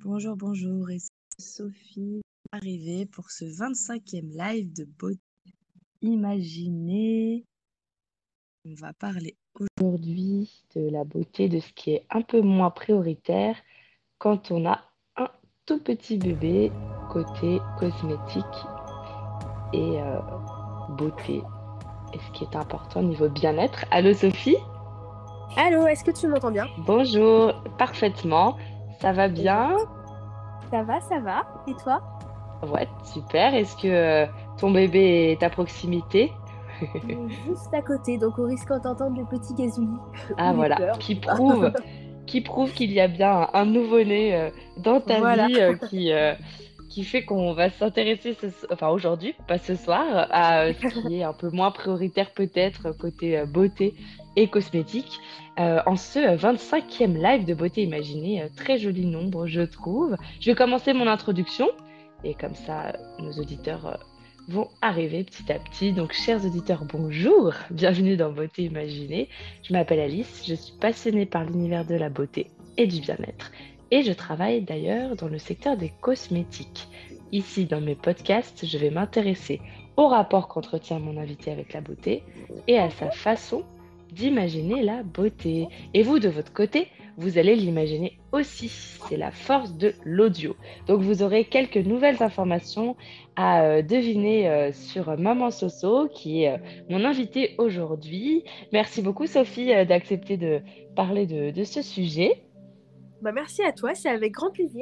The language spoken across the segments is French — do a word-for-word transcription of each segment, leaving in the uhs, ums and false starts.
Bonjour, bonjour, et c'est Sophie arrivée pour ce vingt-cinquième live de beauté imaginée. On va parler aujourd'hui de la beauté, de ce qui est un peu moins prioritaire quand on a un tout petit bébé côté cosmétique et euh, beauté. Et ce qui est important niveau bien-être. Allô Sophie? Allô, est-ce que tu m'entends bien? Bonjour, parfaitement. Ça va Eh ben, bien? ça va, ça va. Et toi? Ouais, super. Est-ce que euh, ton bébé est à proximité? Il est juste à côté, donc on risque d'entendre des petits gazouillis ou Ah les voilà, pleurs, je qui sais pas. prouve, qui prouve qu'il y a bien un, un nouveau-né euh, dans ta Voilà. vie euh, qui, euh, qui fait qu'on va s'intéresser ce so- enfin aujourd'hui, pas ce soir, à euh, ce qui est un peu moins prioritaire peut-être côté euh, beauté et cosmétique. Euh, en ce euh, vingt-cinquième live de beauté imaginée, euh, très joli nombre je trouve. Je vais commencer mon introduction et comme ça euh, nos auditeurs euh, vont arriver petit à petit. Donc chers auditeurs, bonjour, bienvenue dans Beauté imaginée. Je m'appelle Alice, je suis passionnée par l'univers de la beauté et du bien-être et je travaille d'ailleurs dans le secteur des cosmétiques. Ici, dans mes podcasts, je vais m'intéresser au rapport qu'entretient mon invité avec la beauté et à sa façon d'imaginer la beauté. Et vous, de votre côté, vous allez l'imaginer aussi. C'est la force de l'audio. Donc, vous aurez quelques nouvelles informations à euh, deviner euh, sur Maman Soso, qui est euh, mon invitée aujourd'hui. Merci beaucoup, Sophie, euh, d'accepter de parler de, de ce sujet. Bah, merci à toi, c'est avec grand plaisir.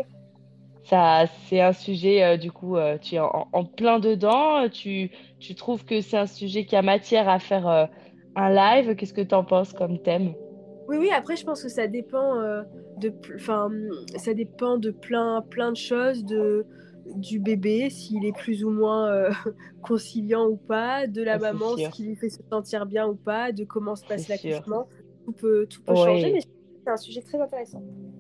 Ça, c'est un sujet, euh, du coup, euh, tu es en, en plein dedans. Tu, tu trouves que c'est un sujet qui a matière à faire euh, un live. Qu'est-ce que tu en penses comme thème? Oui, oui, après, je pense que ça dépend euh, de, pl- enfin, ça dépend de plein, plein de choses, de, du bébé, s'il est plus ou moins euh, conciliant ou pas, de la Ah, c'est maman, ce sûr, qui lui fait se sentir bien ou pas, de comment se c'est passe sûr. l'accouchement. Tout peut, tout peut changer, mais Oui. je pense que c'est un sujet très intéressant.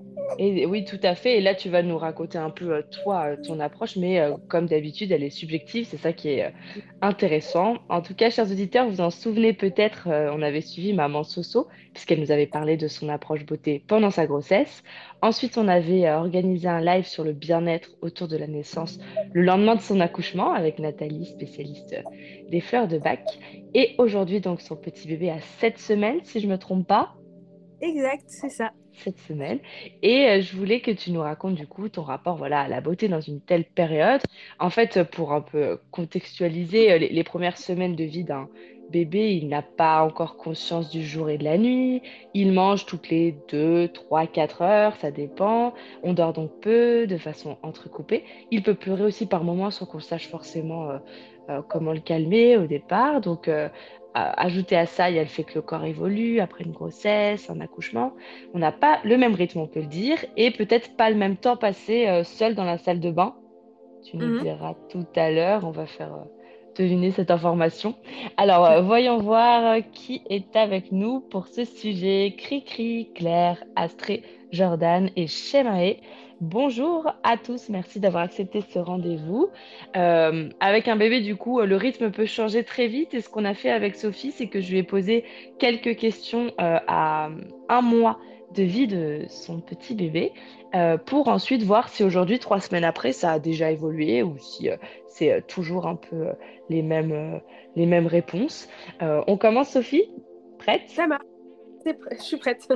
Et oui, tout à fait. Et là, tu vas nous raconter un peu, euh, toi, euh, ton approche, mais euh, comme d'habitude, elle est subjective. C'est ça qui est euh, intéressant. En tout cas, chers auditeurs, vous en souvenez peut-être, euh, on avait suivi Maman Soso, puisqu'elle nous avait parlé de son approche beauté pendant sa grossesse. Ensuite, on avait euh, organisé un live sur le bien-être autour de la naissance le lendemain de son accouchement avec Nathalie, spécialiste euh, des fleurs de bac. Et aujourd'hui, donc, son petit bébé a sept semaines, si je me trompe pas. Exact, c'est ça. Cette semaine. Et euh, je voulais que tu nous racontes du coup ton rapport voilà, à la beauté dans une telle période. En fait, euh, pour un peu contextualiser, euh, les, les premières semaines de vie d'un bébé, il n'a pas encore conscience du jour et de la nuit. Il mange toutes les deux, trois, quatre heures, ça dépend. On dort donc peu, de façon entrecoupée. Il peut pleurer aussi par moments sans qu'on sache forcément euh, euh, comment le calmer au départ. Donc, euh, à- ajouter à ça, il y a le fait que le corps évolue après une grossesse, un accouchement. On n'a pas le même rythme, on peut le dire, et peut-être pas le même temps passé euh, seul dans la salle de bain. Tu nous Mhm. diras tout à l'heure, on va faire euh, deviner cette information. Alors, euh, voyons voir euh, qui est avec nous pour ce sujet. Cri-Cri, Claire, Astrée, Jordan et Shemae. Bonjour à tous, merci d'avoir accepté ce rendez-vous. Euh, avec un bébé, du coup, euh, le rythme peut changer très vite. Et ce qu'on a fait avec Sophie, c'est que je lui ai posé quelques questions euh, à un mois de vie de son petit bébé euh, pour ensuite voir si aujourd'hui, trois semaines après, ça a déjà évolué ou si euh, c'est euh, toujours un peu euh, les mêmes, euh, les mêmes réponses. Euh, on commence, Sophie? Prête? Ça marche, c'est prêt- je suis prête.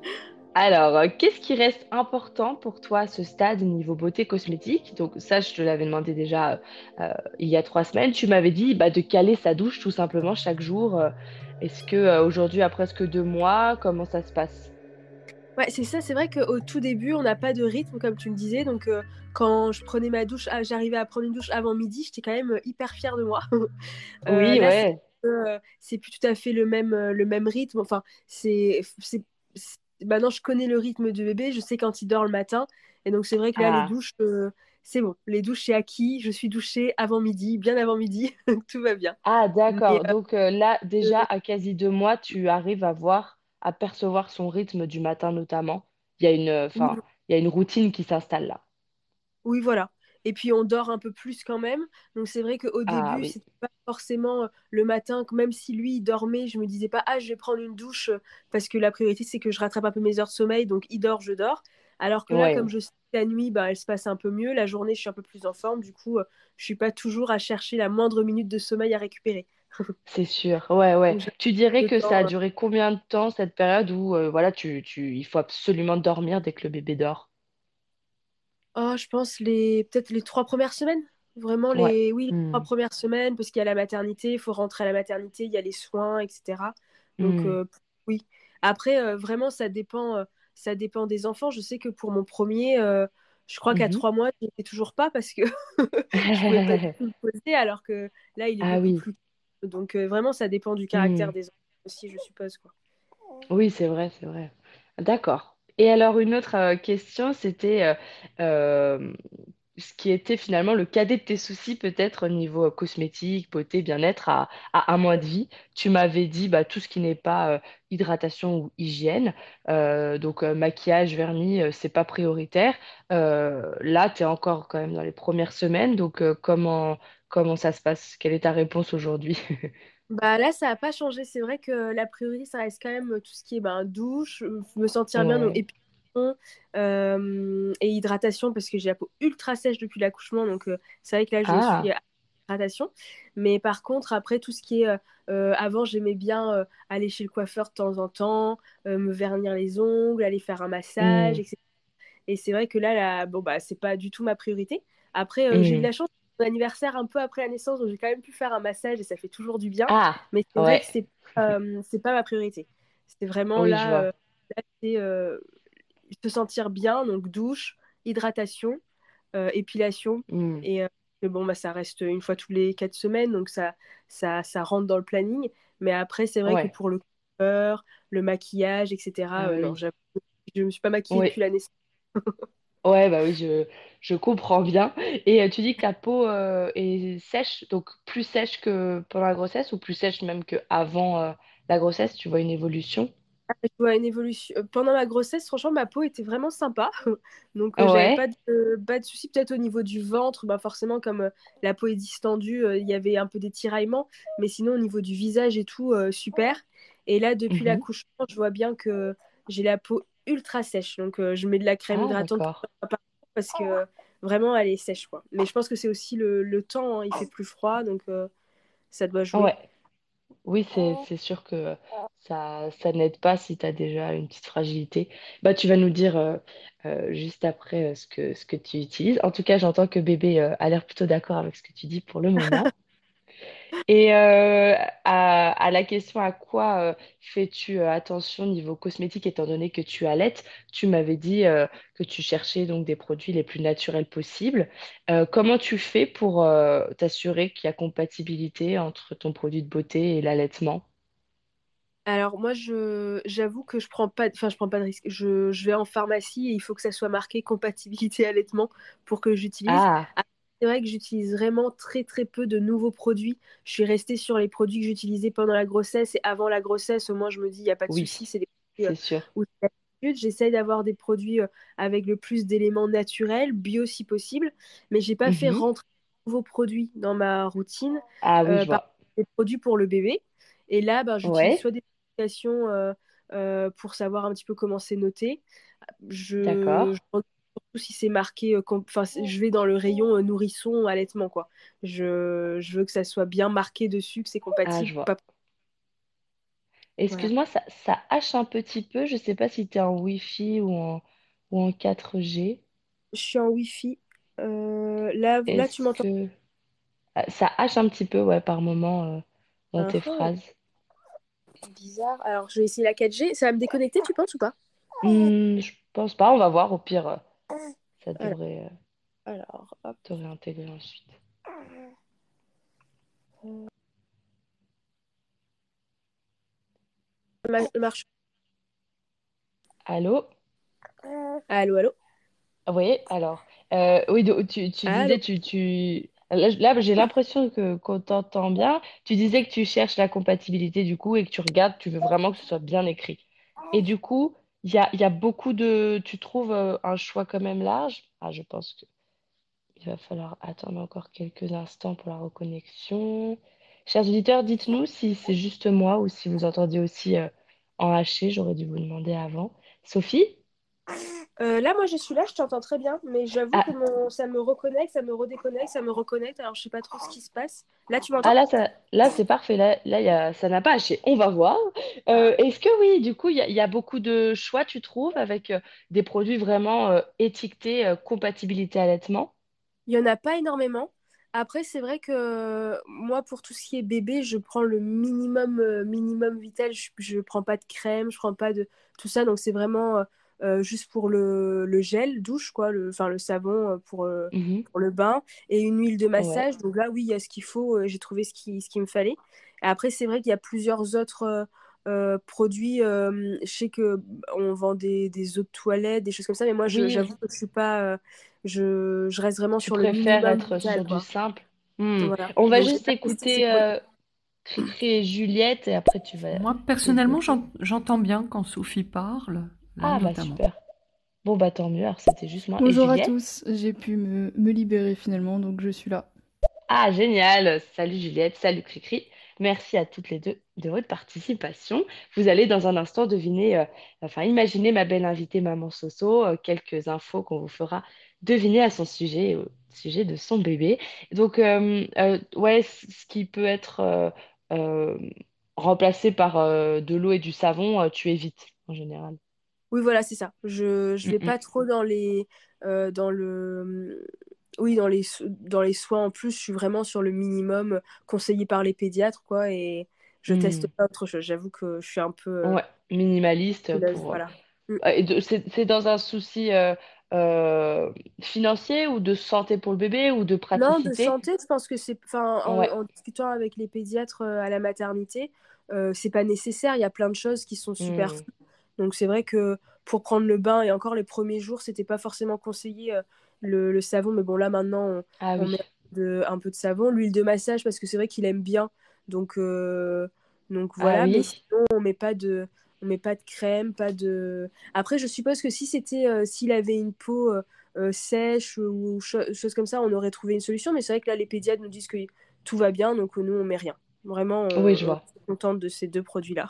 Alors, euh, qu'est-ce qui reste important pour toi à ce stade niveau beauté cosmétique? Donc ça, je te l'avais demandé déjà euh, il y a trois semaines. Tu m'avais dit bah, de caler sa douche tout simplement chaque jour. Euh, Est-ce que euh, aujourd'hui, à presque deux mois, comment ça se passe? Ouais, c'est ça, c'est vrai qu'au tout début, on n'a pas de rythme, comme tu me disais. Donc, euh, quand je prenais ma douche, ah, j'arrivais à prendre une douche avant midi, j'étais quand même euh, hyper fière de moi. Euh, Oui, là, c'est ouais, euh, c'est plus tout à fait le même, euh, le même rythme. Enfin, c'est, c'est, c'est- maintenant, je connais le rythme de bébé, je sais quand il dort le matin. Et donc, c'est vrai que là, les ah. douches, euh, c'est bon. Les douches, c'est acquis. Je suis douchée avant midi, bien avant midi. Donc, tout va bien. Ah, Mais d'accord. Donc euh, là, euh, déjà, à quasi deux mois, tu arrives à voir, à percevoir son rythme du matin notamment. Il y a une, euh, oui, enfin, il y a une routine qui s'installe là. oui, voilà. Et puis on dort un peu plus quand même. Donc c'est vrai qu'au Ah début, oui, c'était pas forcément euh, le matin, que même si lui il dormait, je me disais pas, ah, je vais prendre une douche, euh, parce que la priorité c'est que je rattrape un peu mes heures de sommeil. Donc il dort, je dors. Alors que là, comme Ouais, je sais que la nuit, bah, elle se passe un peu mieux, la journée, je suis un peu plus en forme, du coup, euh, je suis pas toujours à chercher la moindre minute de sommeil à récupérer. c'est sûr. Ouais, ouais. Donc, j'ai Tu dirais le que ça a temps. euh, duré combien de temps, cette période où, euh, voilà, tu, tu, il faut absolument dormir dès que le bébé dort? Oh, je pense les peut-être les trois premières semaines. Vraiment Ouais. les oui, les trois Hmm. premières semaines, parce qu'il y a la maternité, il faut rentrer à la maternité, il y a les soins, et cetera. Donc Hmm. euh, oui. Après, euh, vraiment, ça dépend, euh, ça dépend des enfants. Je sais que pour mon premier, euh, je crois qu'à Mhm. trois mois, je n'étais toujours pas parce que je pouvais pas du tout me poser, alors que là, il est Ah beaucoup oui. plus. Donc euh, vraiment, ça dépend du Hmm. caractère des enfants aussi, je suppose, quoi. Oui, c'est vrai, c'est vrai. D'accord. Et alors, une autre euh, question, c'était euh, euh, ce qui était finalement le cadet de tes soucis, peut-être au niveau euh, cosmétique, beauté, bien-être à, à un mois de vie. Tu m'avais dit bah, tout ce qui n'est pas euh, hydratation ou hygiène. Euh, donc, euh, maquillage, vernis, euh, c'est pas prioritaire. Euh, là, tu es encore quand même dans les premières semaines. Donc, euh, comment, comment ça se passe? Quelle est ta réponse aujourd'hui? Bah là, ça n'a pas changé. C'est vrai que la priorité, ça reste quand même tout ce qui est ben, douche, euh, me sentir bien, donc Ouais. épilation euh, et hydratation, parce que j'ai la peau ultra sèche depuis l'accouchement. Donc euh, c'est vrai que là, je suis Ah. à hydratation. Mais par contre, après, tout ce qui est... euh, euh, avant, j'aimais bien euh, aller chez le coiffeur de temps en temps, euh, me vernir les ongles, aller faire un massage, Hmm. et cetera. Et c'est vrai que là, là bon, bah, c'est pas du tout ma priorité. Après, euh, j'ai eu de Hmm. la chance, mon anniversaire un peu après la naissance, donc j'ai quand même pu faire un massage et ça fait toujours du bien. Ah. Mais c'est vrai Ouais. que c'est euh, c'est pas ma priorité. C'est vraiment Oui, je là, vois. euh, là c'est euh, se sentir bien, donc douche, hydratation, euh, épilation. Hmm. Et euh, mais bon, bah, ça reste une fois tous les quatre semaines, donc ça, ça, ça rentre dans le planning. Mais après, c'est vrai que Ouais. pour le coiffeur, le maquillage, et cetera, Ah euh, non, oui. j'avoue, je me suis pas maquillée Oui. depuis la naissance. Ouais, bah oui, je, je comprends bien. Et euh, tu dis que ta peau euh, est sèche, donc plus sèche que pendant la grossesse ou plus sèche même qu'avant euh, la grossesse, tu vois une évolution? Je vois une évolution. Euh, Pendant ma grossesse, franchement, ma peau était vraiment sympa. Donc, euh, j'avais pas Ouais. de, pas de soucis. Peut-être au niveau du ventre, bah forcément, comme euh, la peau est distendue, euh, il y avait un peu des tiraillements. Mais sinon, au niveau du visage et tout, euh, super. Et là, depuis Mhm. l'accouchement, je vois bien que j'ai la peau ultra sèche. Donc, euh, je mets de la crème Ah, hydratante d'accord. par jour parce que euh, vraiment, elle est sèche, quoi. Mais je pense que c'est aussi le, le temps, hein, il fait plus froid. Donc, euh, ça doit jouer. Ouais. Oui, c'est, c'est sûr que ça, ça n'aide pas si tu as déjà une petite fragilité. Bah, tu vas nous dire euh, euh, juste après euh, ce que, ce que tu utilises. En tout cas, j'entends que bébé euh, a l'air plutôt d'accord avec ce que tu dis pour le moment. Et euh, à, à la question à quoi euh, fais-tu euh, attention niveau cosmétique étant donné que tu allaites, tu m'avais dit euh, que tu cherchais donc des produits les plus naturels possibles. Euh, comment tu fais pour euh, t'assurer qu'il y a compatibilité entre ton produit de beauté et l'allaitement? Alors moi, je j'avoue que je prends pas, enfin je prends pas de risque. Je, je vais en pharmacie et il faut que ça soit marqué compatibilité allaitement pour que j'utilise. Ah, Après, c'est vrai que j'utilise vraiment très très peu de nouveaux produits. Je suis restée sur les produits que j'utilisais pendant la grossesse et avant la grossesse. Au moins, je me dis il y a pas de souci. oui, C'est des produits euh, c'est sûr. où j'ai l'habitude. J'essaye d'avoir des produits euh, avec le plus d'éléments naturels, bio si possible. Mais j'ai pas fait Mhm. rentrer de nouveaux produits dans ma routine. Ah oui, Euh, je par vois. contre, des produits pour le bébé. Et là, ben, j'utilise soit Ouais, des applications euh, euh, pour savoir un petit peu comment c'est noté. Je, je d'accord. regarde surtout si c'est marqué, euh, com- enfin, c'est- je vais dans le rayon euh, nourrisson, allaitement, quoi. Je, je veux que ça soit bien marqué dessus, que c'est Ah, compatible. je vois. Pas... Voilà. Excuse-moi, ça, ça hache un petit peu. Je sais pas si tu es en Wi-Fi ou en, ou en quatre G. Je suis en Wi-Fi. Euh, là, là, tu Est-ce m'entends? que ah, ça hache un petit peu, ouais, par moment euh, dans Ah, tes ah, phrases? bizarre. Alors, je vais essayer la quatre G. Ça va me déconnecter, tu penses ou pas? Hmm, je pense pas. On va voir. Au pire, euh, ça Alors, devrait euh, alors, hop. te réintégrer ensuite. Ma- marche. Allô? Allô, allô? Oui, alors, euh, oui, donc, tu, tu Allô? disais, tu, tu... Là, je- là, j'ai l'impression que qu'on t'entend bien. Tu disais que tu cherches la compatibilité du coup et que tu regardes, tu veux vraiment que ce soit bien écrit. Et du coup, il y a, il y a beaucoup de... Tu trouves euh, un choix quand même large? Ah, je pense qu'il va falloir attendre encore quelques instants pour la reconnexion. Chers auditeurs, dites-nous si c'est juste moi ou si vous entendez aussi euh, en haché. J'aurais dû vous demander avant. Sophie? Euh, là, moi, je suis là, je t'entends très bien, mais j'avoue que Ah, mon... ça me reconnecte, ça me redéconnecte, ça me reconnecte, alors je sais pas trop ce qui se passe. Là, tu ah m'entends? là, ça, là c'est parfait. Là, là y a, ça n'a pas haché. On va voir. Ah. Euh, est-ce que oui, du coup, il y, a il y a beaucoup de choix, tu trouves, avec euh, des produits vraiment euh, étiquetés euh, compatibilité allaitement? Il y en a pas énormément. Après, c'est vrai que moi, pour tout ce qui est bébé, je prends le minimum, euh, minimum vital. Je, je prends pas de crème, je prends pas de tout ça. Donc, c'est vraiment euh, euh, juste pour le, le gel douche, quoi, le, enfin, le savon euh, pour, euh, Mhm. pour le bain et une huile de Ouais. massage. Donc là, oui, il y a ce qu'il faut. euh, J'ai trouvé ce qui, ce qu'il me fallait. Et après, c'est vrai qu'il y a plusieurs autres euh, euh, produits. euh, je sais que on vend des, des eaux de toilette, des choses comme ça. Mais moi, je- Oui, j'avoue que je suis pas. euh, je, je reste vraiment tu sur le préfères minimum être vital, sur du quoi. simple. Hmm. Voilà. On va Donc, j'ai juste pas testé ces écouter produits. euh, Cricri et Juliette et après tu vas Moi, personnellement, développer. j'en- j'entends bien quand Sophie parle, là Ah bah notamment. super. Bon bah tant mieux, alors c'était juste moi. Et Bonjour à Juliette? tous, j'ai pu me, me libérer finalement, donc je suis là. Ah, génial! Salut Juliette, salut Cricri. Merci à toutes les deux de votre participation. Vous allez dans un instant deviner, euh, enfin imaginer ma belle invitée Maman Soso, euh, quelques infos qu'on vous fera deviner à son sujet, au sujet de son bébé. Donc, euh, euh, ouais, c- ce qui peut être euh, euh, remplacé par euh, de l'eau et du savon, euh, tu évites en général. Oui, voilà, c'est ça. Je, je Mm, vais mm, pas trop dans les, euh, dans le, oui, dans les, so- dans les soins en plus. Je suis vraiment sur le minimum conseillé par les pédiatres, quoi, et je teste mm. pas autre chose. J'avoue que je suis un peu euh, Ouais, minimaliste frileuse, pour. voilà. Mm. Euh, et de- c'est c'est dans un souci euh, euh, financier ou de santé pour le bébé ou de Non, de praticité? santé, je pense que c'est, enfin, en, Ouais. en discutant avec les pédiatres euh, à la maternité, euh, c'est pas nécessaire. Il y a plein de choses qui sont Hmm. superflues. Donc c'est vrai que pour prendre le bain et encore les premiers jours, c'était pas forcément conseillé euh, le, le savon, mais bon là maintenant Ah on, on oui. met de- un peu de savon, l'huile de massage parce que c'est vrai qu'il aime bien. Donc euh, donc Ah voilà, mais oui. sinon on met pas de on met pas de crème, pas de. Après je suppose que si c'était euh, s'il avait une peau euh, euh, sèche ou cho- choses comme ça, on aurait trouvé une solution. Mais c'est vrai que là les pédiatres nous disent que tout va bien, donc euh, nous on met rien. Vraiment, Oui, on, je on vois. est contente de ces deux produits-là.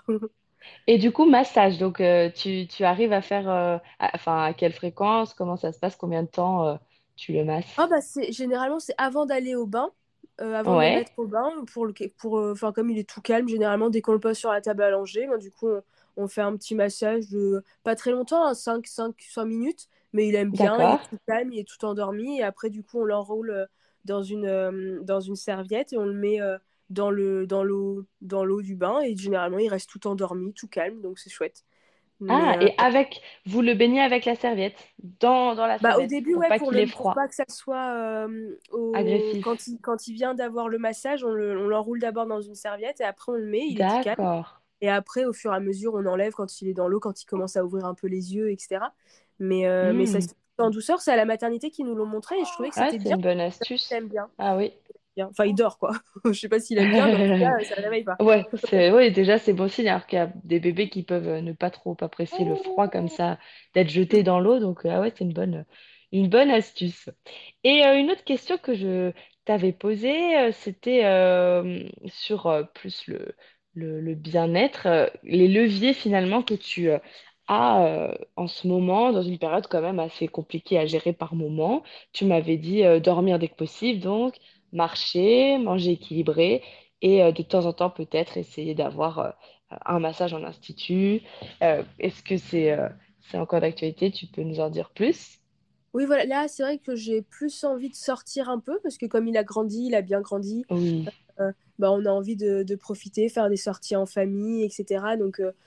Et du coup, massage. Donc, euh, tu, tu arrives à faire. Euh, à- enfin, à quelle fréquence? Comment ça se passe? Combien de temps euh, tu le masses? Ah bah c'est généralement c'est avant d'aller au bain, euh, avant de le Ouais. mettre au bain pour le pour euh, enfin comme il est tout calme généralement dès qu'on le pose sur la table à langer, moi, du coup on, on fait un petit massage de pas très longtemps, hein, cinq cinq cinq minutes, mais il aime bien, il est D'accord. tout calme, il est tout endormi et après du coup on l'enroule euh, dans une euh, dans une serviette et on le met euh, dans le dans l'eau dans l'eau du bain et généralement il reste tout endormi, tout calme donc c'est chouette. Mais Ah, euh, et avec. Vous le baignez avec la serviette. Dans, dans la Bah, au serviette. début, Pour ouais, pas pour qu'il ait le, pour froid. pas que ça soit euh, au, Agressif. quand il, quand il vient d'avoir le massage, on le, on l'enroule d'abord dans une serviette et après on le met, il est tout calme. D'accord. Et après, au fur et à mesure, on enlève quand il est dans l'eau, quand il commence à ouvrir un peu les yeux, et cetera. Mais, euh, mais ça se Hmm. fait en douceur, c'est à la maternité qu'ils nous l'ont montré et je trouvais que Ah, c'était c'est bien. une bonne Il astuce. aime bien, Ah oui. bien. Enfin, il dort, quoi. Je sais pas s'il aime bien, mais en tout cas, ça ne le réveille pas. Ouais, c'est ouais, déjà c'est bon signe alors qu'il y a des bébés qui peuvent euh, ne pas trop apprécier le froid comme ça, d'être jetés dans l'eau. Donc euh, ah ouais, c'est une bonne une bonne astuce. Et euh, une autre question que je t'avais posée, euh, c'était euh, sur euh, plus le, le, le bien-être, euh, les leviers finalement que tu euh, as euh, en ce moment, dans une période quand même assez compliquée à gérer par moment. Tu m'avais dit euh, dormir dès que possible, donc marcher, manger équilibré et euh, de temps en temps peut-être essayer d'avoir euh, un massage en institut. Euh, est-ce que c'est euh, c'est encore d'actualité? Tu peux nous en dire plus? Oui, voilà, là, c'est vrai que j'ai plus envie de sortir un peu parce que comme il a grandi, il a bien grandi. Oui, euh, Bah, on a envie de, de profiter, faire des sorties en famille, et cetera. Donc, euh,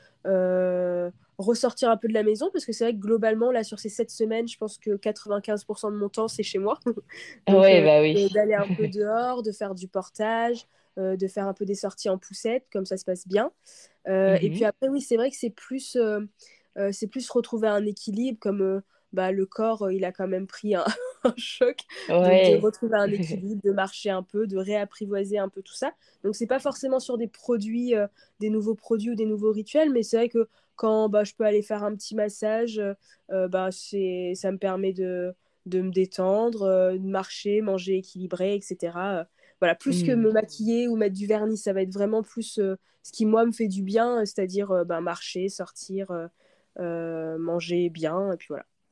euh, ressortir un peu de la maison, parce que c'est vrai que globalement, là, sur ces sept semaines, je pense que quatre-vingt-quinze pour cent de mon temps, c'est chez moi. Donc, ouais, euh, bah oui. de- d'aller un peu dehors, de faire du portage, euh, de faire un peu des sorties en poussette, comme ça se passe bien. Euh, et puis Mhm. après, oui, c'est vrai que c'est plus, euh, euh, c'est plus retrouver un équilibre, comme euh, bah, le corps, euh, il a quand même pris un, un choc. Donc de Ouais. retrouver un équilibre, de marcher un peu, de réapprivoiser un peu tout ça. Donc c'est pas forcément sur des produits, euh, des nouveaux produits ou des nouveaux rituels, mais c'est vrai que quand bah, je peux aller faire un petit massage, euh, euh, bah, c'est, ça me permet de, de me détendre, euh, de marcher, manger équilibré, et cetera. Euh, voilà, plus que Hmm. me maquiller ou mettre du vernis, ça va être vraiment plus euh, ce qui, moi, me fait du bien, c'est-à-dire euh, ben, marcher, sortir, euh, euh, manger bien, et puis voilà.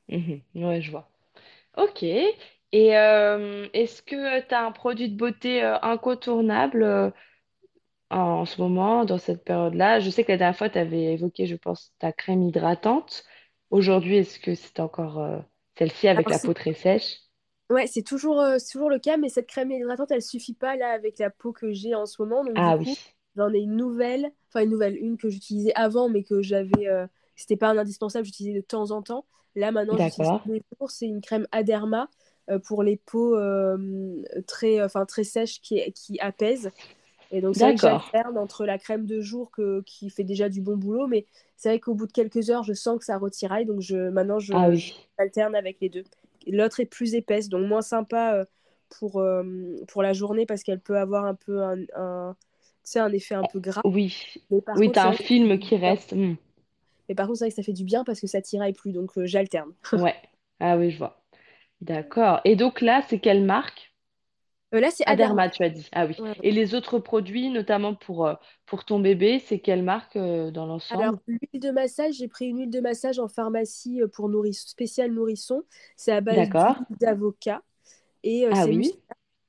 Mhm. Ouais, je vois. Ok. Et euh, est-ce que tu as un produit de beauté euh, incontournable euh, en ce moment, dans cette période-là? Je sais que la dernière fois, tu avais évoqué, je pense, ta crème hydratante. Aujourd'hui, est-ce que c'est encore euh, celle-ci avec Alors, la c'est peau très sèche? ouais, c'est toujours, euh, c'est toujours le cas, mais cette crème hydratante, elle suffit pas là avec la peau que j'ai en ce moment. Donc du Ah oui, coup, j'en ai une nouvelle, enfin une nouvelle, une que j'utilisais avant, mais que j'avais, euh, c'était pas un indispensable, j'utilisais de temps en temps. Là maintenant, j'utilise d'accord. tous les jours. C'est une crème Aderma euh, pour les peaux euh, très, enfin très sèches qui, qui apaisent. Et donc, c'est vrai que D'accord. j'alterne entre la crème de jour que, qui fait déjà du bon boulot, mais c'est vrai qu'au bout de quelques heures, je sens que ça retiraille. Donc, je, maintenant, Ah je, je oui. alterne avec les deux. L'autre est plus épaisse, donc moins sympa euh, pour, euh, pour la journée parce qu'elle peut avoir un peu un, un, tu sais, un effet un peu gras. Oui. Mais par Oui, contre, tu as c'est un vrai que ça fait film du qui bien. reste. Hmm. Mais par contre, c'est vrai que ça fait du bien parce que ça tiraille plus, donc euh, j'alterne. Ouais. Ah oui, je vois. D'accord. Et donc là, c'est quelle marque? Euh, là, c'est Aderma. Aderma, tu as dit. Ah oui. Ouais. Et les autres produits, notamment pour, euh, pour ton bébé, c'est quelle marque euh, dans Alors, l'ensemble? l'huile de massage, j'ai pris une huile de massage en pharmacie euh, pour nourriss spécial nourrisson. C'est à base d'huile D'accord. d'avocat et euh, Ah c'est mus- oui.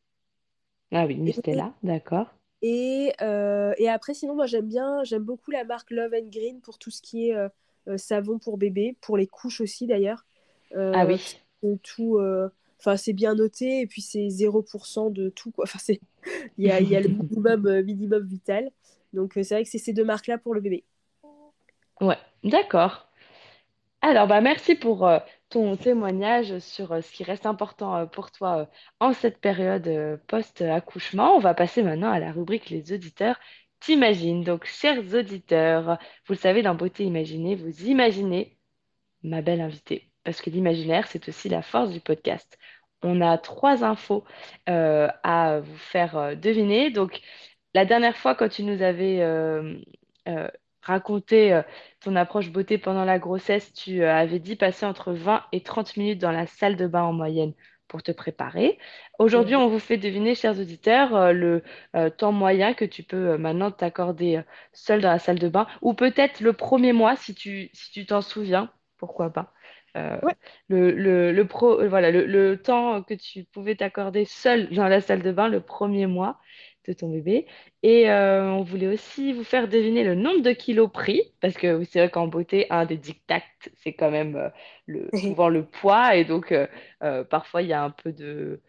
Ah oui, et, Mustela. D'accord. et, euh, et après, sinon, moi, j'aime bien, j'aime beaucoup la marque Love and Green pour tout ce qui est euh, euh, savon pour bébé, pour les couches aussi d'ailleurs. Ah Euh, parce oui. que tout, euh, enfin, c'est bien noté et puis c'est zéro pour cent de tout, quoi. Enfin, c'est, il y a, il y a le minimum, euh, minimum vital. Donc, euh, c'est vrai que c'est ces deux marques-là pour le bébé. Ouais. D'accord. Alors, bah, merci pour euh, ton témoignage sur euh, ce qui reste important euh, pour toi euh, en cette période euh, post-accouchement. On va passer maintenant à la rubrique Les auditeurs t'imaginent. Donc, chers auditeurs, vous le savez, dans Beauté Imaginée, vous imaginez ma belle invitée, parce que l'imaginaire, c'est aussi la force du podcast. On a trois infos euh, à vous faire euh, deviner. Donc, la dernière fois, quand tu nous avais euh, euh, raconté euh, ton approche beauté pendant la grossesse, tu euh, avais dit passer entre vingt et trente minutes dans la salle de bain en moyenne pour te préparer. Aujourd'hui, on vous fait deviner, chers auditeurs, euh, le euh, temps moyen que tu peux euh, maintenant t'accorder euh, seul dans la salle de bain, ou peut-être le premier mois si tu si tu t'en souviens, pourquoi pas. Euh, Ouais. le, le, le pro, euh, voilà, le, le temps que tu pouvais t'accorder seul dans la salle de bain le premier mois de ton bébé. Et euh, on voulait aussi vous faire deviner le nombre de kilos pris, parce que oui, c'est vrai qu'en beauté, un des dictats, c'est quand même euh, le, souvent le poids, et donc euh, euh, parfois il y a un peu de,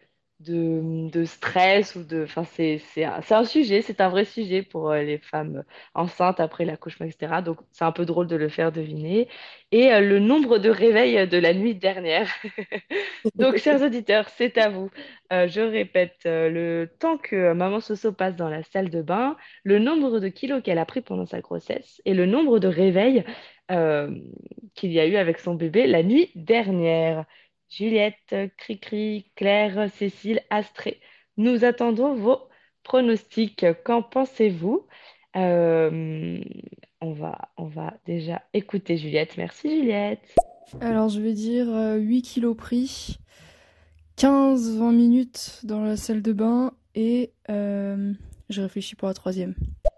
de, de stress, ou de, enfin, c'est, c'est un, c'est un sujet, c'est un vrai sujet pour euh, les femmes enceintes après l'accouchement, et cetera. Donc c'est un peu drôle de le faire deviner. Et euh, le nombre de réveils de la nuit dernière. Donc, chers auditeurs, c'est à vous. Euh, je répète, euh, le temps que euh, maman Soso passe dans la salle de bain, le nombre de kilos qu'elle a pris pendant sa grossesse et le nombre de réveils euh, qu'il y a eu avec son bébé la nuit dernière. Juliette, Cricri, Claire, Cécile, Astrée, nous attendons vos pronostics. Qu'en pensez-vous? Euh, on va, on va déjà écouter Juliette. Merci Juliette. Alors, je vais dire euh, huit kilos pris, quinze vingt minutes dans la salle de bain et euh, je réfléchis pour la troisième.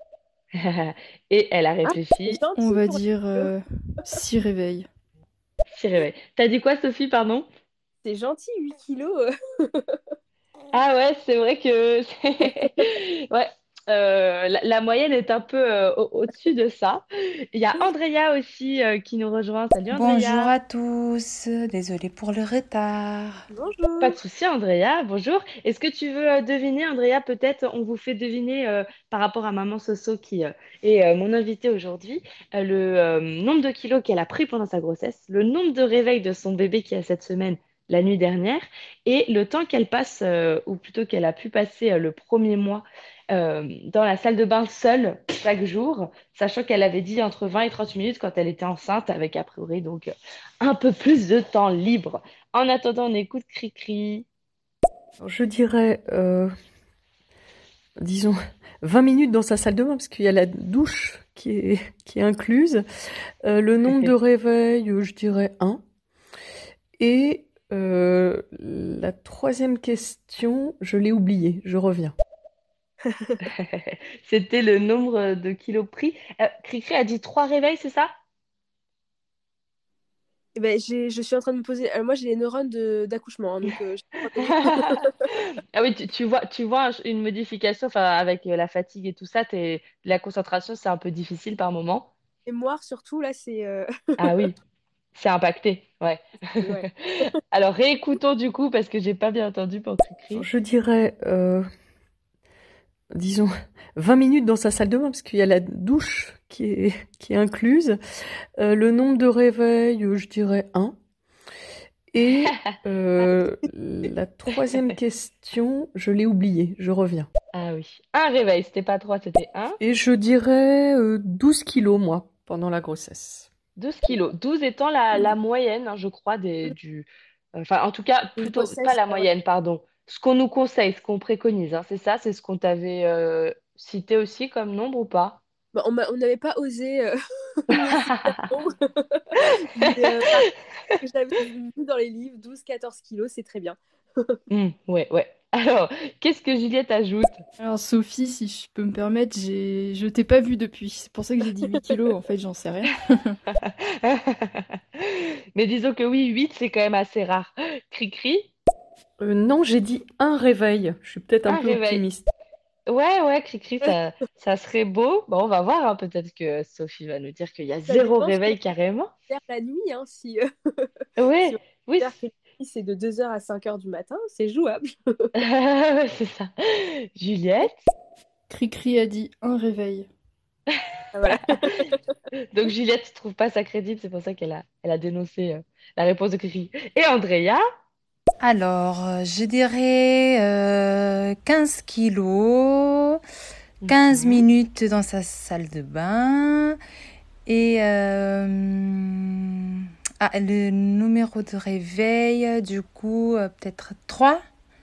Et elle a Ah, c'est réfléchi. On gentil va pour dire le euh, six réveils. S'y réveille. T'as dit quoi, Sophie, pardon? C'est gentil, huit kilos. euh. Ah ouais, c'est vrai que c'est- ouais, euh, la, la moyenne est un peu euh, au- au-dessus de ça. Il y a Andrea aussi euh, qui nous rejoint. Salut Bonjour Andrea. à tous, désolée pour le retard. Pas de Bonjour. souci, Andrea. Bonjour. Est-ce que tu veux euh, deviner, Andrea? Peut-être on vous fait deviner euh, par rapport à Maman Soso qui euh, est euh, mon invitée aujourd'hui, euh, le euh, nombre de kilos qu'elle a pris pendant sa grossesse, le nombre de réveils de son bébé qui a cette semaine, la nuit dernière, et le temps qu'elle passe, euh, ou plutôt qu'elle a pu passer euh, le premier mois euh, dans la salle de bain seule chaque jour, sachant qu'elle avait dit entre vingt et trente minutes quand elle était enceinte, avec a priori donc euh, un peu plus de temps libre. En attendant, on écoute Cricri. Alors, je dirais, euh, disons, vingt minutes dans sa salle de bain, parce qu'il y a la douche qui est, qui est incluse. Euh, le nombre de réveils, euh, je dirais un. Et euh, la troisième question, je l'ai oubliée, je reviens. C'était le nombre de kilos pris. Euh, Cricri a dit trois réveils, c'est ça? Eh ben, j'ai, je suis en train de me poser. Alors, moi, j'ai les neurones de, d'accouchement, hein, donc euh, je suis en train de- Ah oui, tu, tu vois, tu vois un- une modification, enfin, avec euh, la fatigue et tout ça, t'es, la concentration, c'est un peu difficile par moment. mémoire, surtout, là, c'est. euh, Ah oui, c'est impacté, ouais. c'est- ouais. Alors réécoutons du coup, parce que j'ai pas bien entendu pour Cricri. Je dirais, euh, disons, vingt minutes dans sa salle de bain, parce qu'il y a la douche qui est, qui est incluse. Euh, le nombre de réveils, euh, je dirais un. Et euh, la troisième question, je l'ai oubliée, je reviens. Ah oui. Un réveil, c'était pas trois, c'était un. Et je dirais euh, douze kilos, moi, pendant la grossesse. Douze kilos. Douze étant la, la moyenne, hein, je crois, des, du... Enfin, en tout cas, Une plutôt, pas grossesse, la euh, ouais. moyenne, pardon. Ce qu'on nous conseille, ce qu'on préconise, hein, c'est ça? C'est ce qu'on t'avait euh, cité aussi comme nombre ou pas? Bah, on m'a- on n'avait pas osé euh, me citer un nombre. Mais euh, par contre, ce que j'avais vu dans les livres, douze quatorze kilos, c'est très bien. Hmm, ouais, ouais. Alors, qu'est-ce que Juliette ajoute? Alors Sophie, si je peux me permettre, j'ai... je t'ai pas vue depuis. C'est pour ça que j'ai dit huit kilos. En fait, j'en sais rien. Mais disons que oui, huit c'est quand même assez rare. Cri-cri, Euh, non, j'ai dit un réveil. Je suis peut-être un un peu réveil. optimiste. Ouais, ouais, Cri-cri, ça, ça serait beau. Bon, on va voir, hein, peut-être que Sophie va nous dire qu'il y a Ça zéro dépend si on réveil carrément. considère la nuit. Hein, si, euh, si Ouais, on oui, considère que la nuit, c'est de deux heures à cinq heures du matin, c'est jouable. c'est c'est ça. Juliette. Cricri a dit un réveil. Ah, voilà. Donc Juliette ne trouve pas ça crédible, c'est pour ça qu'elle a, elle a dénoncé euh, la réponse de Cri-cri. Et Andrea? Alors, euh, je dirais euh, quinze kilos, quinze Mhm. minutes dans sa salle de bain et euh, ah, le numéro de réveil, du coup, euh, peut-être trois.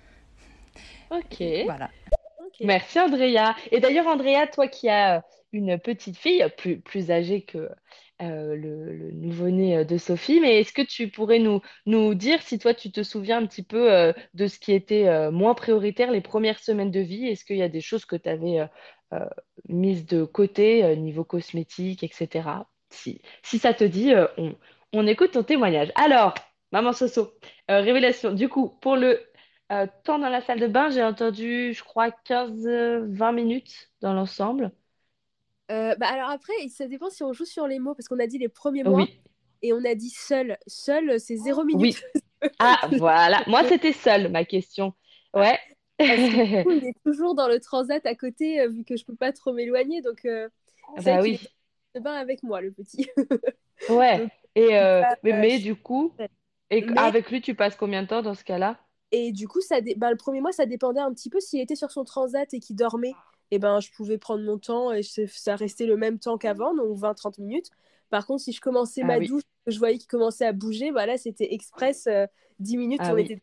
Ok. Voilà. Ok. Merci Andrea. Et d'ailleurs Andrea, toi qui as euh, une petite fille plus, plus âgée que euh, le, le nouveau-né euh, de Sophie, mais est-ce que tu pourrais nous, nous dire si toi tu te souviens un petit peu euh, de ce qui était euh, moins prioritaire les premières semaines de vie? Est-ce qu'il y a des choses que tu avais euh, euh, mises de côté euh, niveau cosmétique, et cetera. Si, si ça te dit, euh, on, on écoute ton témoignage. Alors, maman Soso, euh, révélation. Du coup, pour le euh, temps dans la salle de bain, j'ai entendu, je crois, quinze vingt minutes dans l'ensemble. Euh, bah alors après, ça dépend si on joue sur les mots, parce qu'on a dit les premiers mois Oui, et on a dit seul. Seul, c'est zéro minute. oui. Ah, voilà. Moi, c'était seule, ma question. Ouais. Parce que du coup, il est toujours dans le transat à côté, euh, vu que je peux pas trop m'éloigner. Donc, euh, c'est vrai Bah qu'il est oui. dans le bain avec moi, le petit. Ouais. Donc, Et euh, euh, mais, mais je- du coup, et mais avec lui, tu passes combien de temps dans ce cas-là? et du coup, ça dé- bah, le premier mois, ça dépendait un petit peu. S'il était sur son transat et qu'il dormait, et ben, je pouvais prendre mon temps et c'est- ça restait le même temps qu'avant, donc vingt trente minutes. Par contre, si je commençais Ah ma oui. douche, que je voyais qu'il commençait à bouger, bah là, c'était express, euh, dix minutes, Ah on oui. était.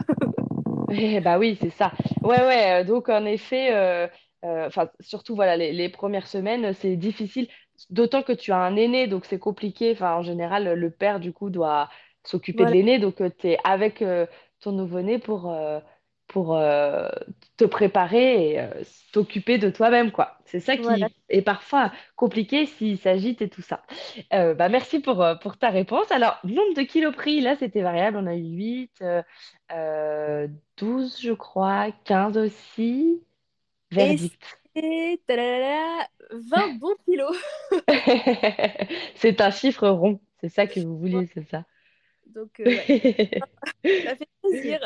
Eh bah oui, c'est ça. Ouais, ouais. euh, Donc, en effet, euh, euh, enfin, surtout, voilà, les, les premières semaines, c'est difficile. D'autant que tu as un aîné, donc c'est compliqué. Enfin, en général, le père, du coup, doit s'occuper de Voilà, l'aîné. Donc, tu es avec euh, ton nouveau-né pour, euh, pour euh, te préparer et euh, s'occuper de toi-même, quoi. C'est ça voilà. qui est parfois compliqué s'il s'agite et tout ça. Euh, bah, merci pour, euh, pour ta réponse. Alors, nombre de kilos pris, là, c'était variable. On a eu huit. Euh, douze, je crois, quinze aussi. Et Verdict. c'est tadadada, vingt bons kilos. C'est un chiffre rond, c'est ça que vous vouliez, c'est ça. Donc, euh, ouais, ça fait plaisir.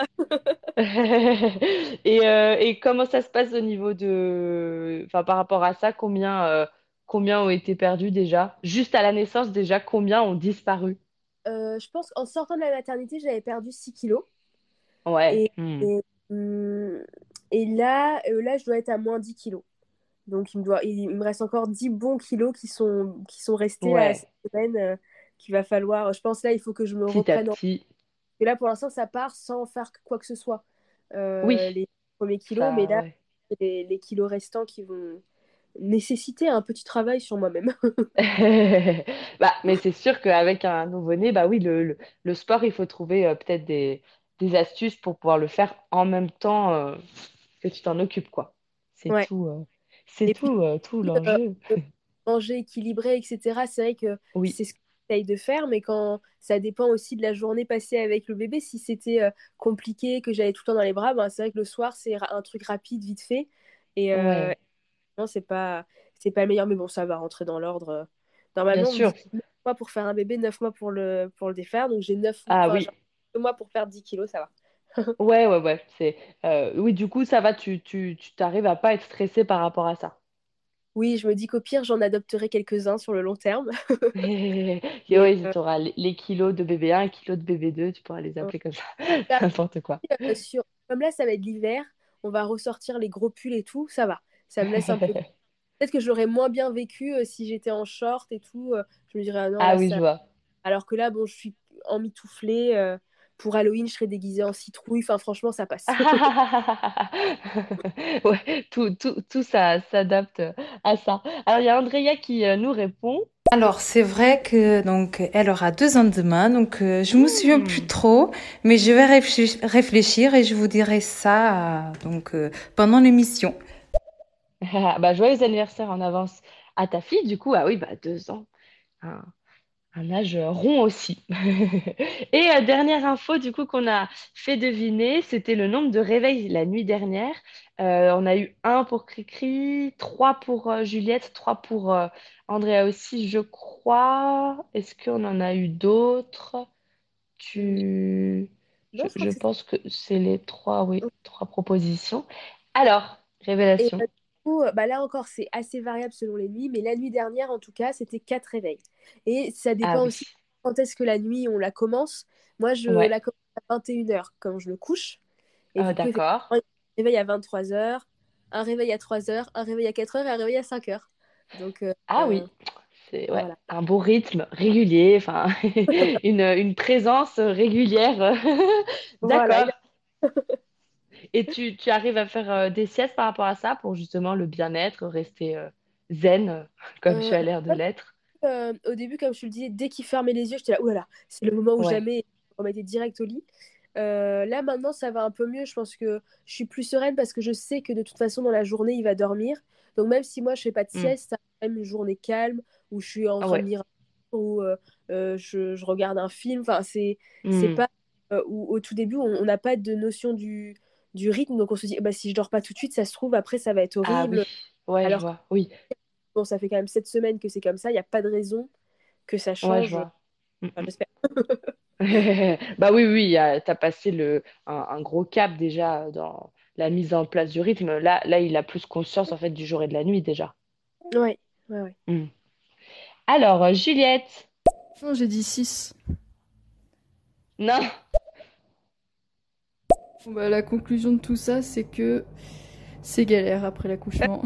Et, euh, et comment ça se passe au niveau de... Enfin, par rapport à ça, combien, euh, combien ont été perdus déjà? Juste à la naissance, déjà, combien ont disparu? Euh, je pense qu'en sortant de la maternité, j'avais perdu six kilos. Ouais. Et, Hmm. et, hum, et là, euh, là, je dois être à moins dix kilos. Donc, il me doit, il, il me reste encore dix bons kilos qui sont, qui sont restés là Ouais. cette semaine, euh, qu'il va falloir. Je pense là, il faut que je me Petit à reprenne. En... petit. Et là, pour l'instant, ça part sans faire quoi que ce soit. Oui, Euh, les premiers kilos, mais ça, là, ouais. les, les kilos restants qui vont nécessiter un petit travail sur moi-même. Bah, mais c'est sûr qu'avec un nouveau-né, bah oui, le, le, le sport, il faut trouver euh, peut-être des, des astuces pour pouvoir le faire en même temps euh, que tu t'en occupes, quoi. C'est Ouais. tout, euh, c'est Et puis, tout, euh, tout euh, l'enjeu. manger équilibré, et cetera. C'est vrai que Oui, c'est ce que j'essaye de faire, mais quand ça dépend aussi de la journée passée avec le bébé. Si c'était euh, compliqué, que j'allais tout le temps dans les bras, ben, c'est vrai que le soir, c'est ra- un truc rapide, vite fait. Et euh, Ouais, non, c'est pas, c'est pas le meilleur, mais bon, ça va rentrer dans l'ordre. bien Normalement, on me sûr. dit neuf mois pour faire un bébé, neuf mois pour le, pour le défaire. Donc j'ai neuf, Ah enfin, j'ai oui. deux mois pour perdre dix kilos, ça va. Ouais, ouais, ouais. C'est, euh, oui, du coup, ça va, tu, tu, tu t'arrives à pas être stressé par rapport à ça. Oui, je me dis qu'au pire, j'en adopterai quelques-uns sur le long terme. Et Mais oui, euh, tu auras les, les kilos de bébé un, kilos de bébé deux, tu pourras les appeler comme ça. là, N'importe quoi. euh, sur... comme là, ça va être l'hiver, on va ressortir les gros pulls et tout, ça va. Ça me laisse un peu. Peut-être que je l'aurais moins bien vécu euh, si j'étais en short et tout. euh, je me dirais, ah non, Ah là, oui, ça. je vois. Alors que là, bon, je suis emmitouflée. euh, pour Halloween, je serais déguisée en citrouille. Enfin, franchement, ça passe. Ouais, tout, tout, tout ça s'adapte à ça. Alors, il y a Andrea qui euh, nous répond. Alors, c'est vrai que donc elle aura deux ans demain, donc euh, je me souviens plus Hmm. trop, mais je vais réfléch- réfléchir et je vous dirai ça euh, donc euh, pendant l'émission. Bah, joyeux anniversaire en avance à ta fille, du coup. Ah oui, bah, deux ans. Un, un âge rond aussi. Et euh, dernière info, du coup, qu'on a fait deviner, c'était le nombre de réveils la nuit dernière. Euh, on a eu un pour Cricri, trois pour euh, Juliette, trois pour euh, Andrea aussi, je crois. Est-ce qu'on en a eu d'autres? Hum, Tu... Je, Non, je crois je que c'est ça. pense que c'est les trois, oui, trois propositions. Alors, Et révélation. euh, du coup, euh, bah là encore, c'est assez variable selon les nuits, mais la nuit dernière, en tout cas, c'était quatre réveils. Et ça Ah dépend oui. aussi quand est-ce que la nuit on la commence. Moi, je Ouais. la commence à vingt et une heures quand je me couche. Et Euh, du coup, effectivement, d'accord. il y a un réveil à vingt-trois heures, un réveil à trois heures, un réveil à quatre heures et un réveil à cinq heures. Donc, euh, Ah euh, oui. C'est ouais, voilà. un beau rythme régulier, enfin une, une présence régulière. Voilà. D'accord. Et tu, tu arrives à faire euh, des siestes par rapport à ça pour justement le bien-être, rester euh, zen, euh, comme tu Euh, as l'air de l'être. euh, au début, comme je te le disais, dès qu'il fermait les yeux, j'étais là, oulala, c'est le moment où Ouais. jamais on mettait direct au lit. Euh, là, maintenant, ça va un peu mieux. Je pense que je suis plus sereine parce que je sais que de toute façon, dans la journée, il va dormir. Donc, même si moi, je fais pas de Hmm. sieste, ça va être même une journée calme où je suis en Ah train de ouais. lire un livre, ou euh, euh, je, je regarde un film. Enfin, c'est, c'est Hmm. pas. Euh, où, au tout début, on on n'a pas de notion du, du rythme. Donc, on se dit, bah, si je dors pas tout de suite, ça se trouve, après, ça va être Ah oui. horrible. Ouais, je Alors que, vois. Oui. bon, ça fait quand même sept semaines que c'est comme ça. Il n'y a pas de raison que ça Ouais, je change. vois. Hmm, Enfin, hmm. j'espère. Bah oui, oui, tu as passé le, un, un gros cap déjà dans la mise en place du rythme. Là, là, il a plus conscience en fait du jour et de la nuit déjà. Ouais, ouais, ouais. Hmm. Alors, euh, Juliette. Non, j'ai dit six. Non. Bon, bah, la conclusion de tout ça, c'est que c'est galère après l'accouchement.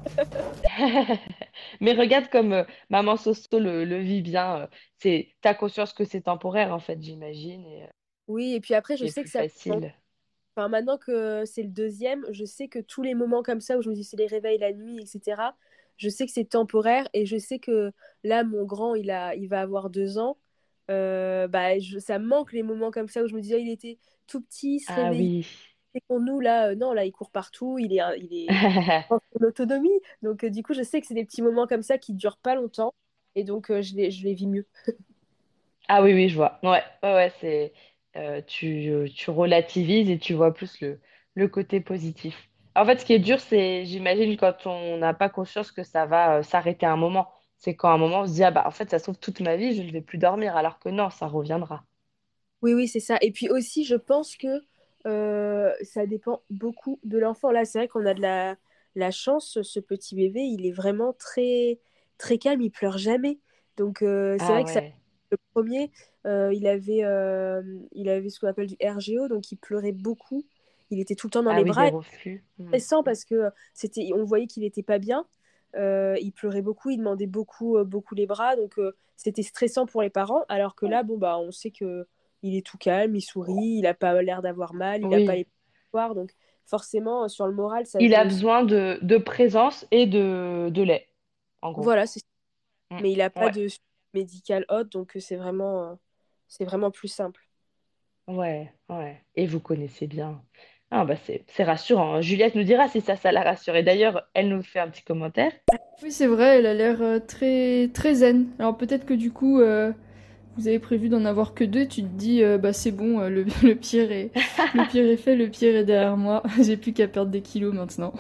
Mais regarde comme euh, maman Soso le, le vit bien. Euh, c'est, t'as conscience que c'est temporaire en fait, j'imagine, et euh, Oui, et puis après, je c'est sais plus que ça. facile. Enfin, maintenant que c'est le deuxième, je sais que tous les moments comme ça où je me dis c'est les réveils la nuit, et cetera, je sais que c'est temporaire et je sais que là, mon grand, il a, il va avoir deux ans. Euh, bah, je- ça me manque les moments comme ça où je me disais, il était tout petit, il se Ah réveillait. oui. Et pour nous, là, euh, non, là, il court partout, il est, il est en son autonomie. Donc, euh, du coup, je sais que c'est des petits moments comme ça qui durent pas longtemps et donc euh, je les, je les vis mieux. Ah oui, oui, je vois. Ouais, ouais, ouais, c'est, euh, tu, euh, tu relativises et tu vois plus le, le côté positif. En fait, ce qui est dur, c'est, j'imagine, quand on n'a pas conscience que ça va euh, s'arrêter à un moment. C'est quand à un moment, on se dit, ah bah, en fait, ça se trouve toute ma vie, je ne vais plus dormir, alors que non, ça reviendra. Oui, oui, c'est ça. Et puis aussi, je pense que euh, ça dépend beaucoup de l'enfant. Là, c'est vrai qu'on a de la, la chance, ce petit bébé, il est vraiment très, très calme, il pleure jamais. Donc, euh, c'est Ah vrai que ça, ouais. le premier, euh, il avait, euh, il avait ce qu'on appelle du R G O, donc il pleurait beaucoup. Il était tout le temps dans Ah les oui, des bras. Et reflux. Hmm. stressant parce que c'était, on voyait qu'il n'était pas bien. Euh, il pleurait beaucoup, il demandait beaucoup, euh, beaucoup les bras, donc euh, c'était stressant pour les parents. Alors que là, bon bah, on sait que il est tout calme, il sourit, il a pas l'air d'avoir mal, il a pas Oui. les poires, donc forcément euh, sur le moral, ça Il joue a aussi. besoin de, de présence et de, de lait, en gros. Voilà, c'est Hmm. mais il a pas Ouais. de suivi médical haute, donc euh, c'est vraiment, euh, c'est vraiment plus simple. Ouais, ouais. Et vous connaissez bien. Ah bah c'est c'est rassurant, hein. Juliette nous dira si ça, ça l'a rassurée. D'ailleurs, elle nous fait un petit commentaire. Oui, c'est vrai, elle a l'air euh, très très zen. Alors peut-être que du coup, euh, vous avez prévu d'en avoir que deux, tu te dis, euh, bah c'est bon, euh, le, le pire est, le pire est fait, le pire est derrière moi. J'ai plus qu'à perdre des kilos maintenant.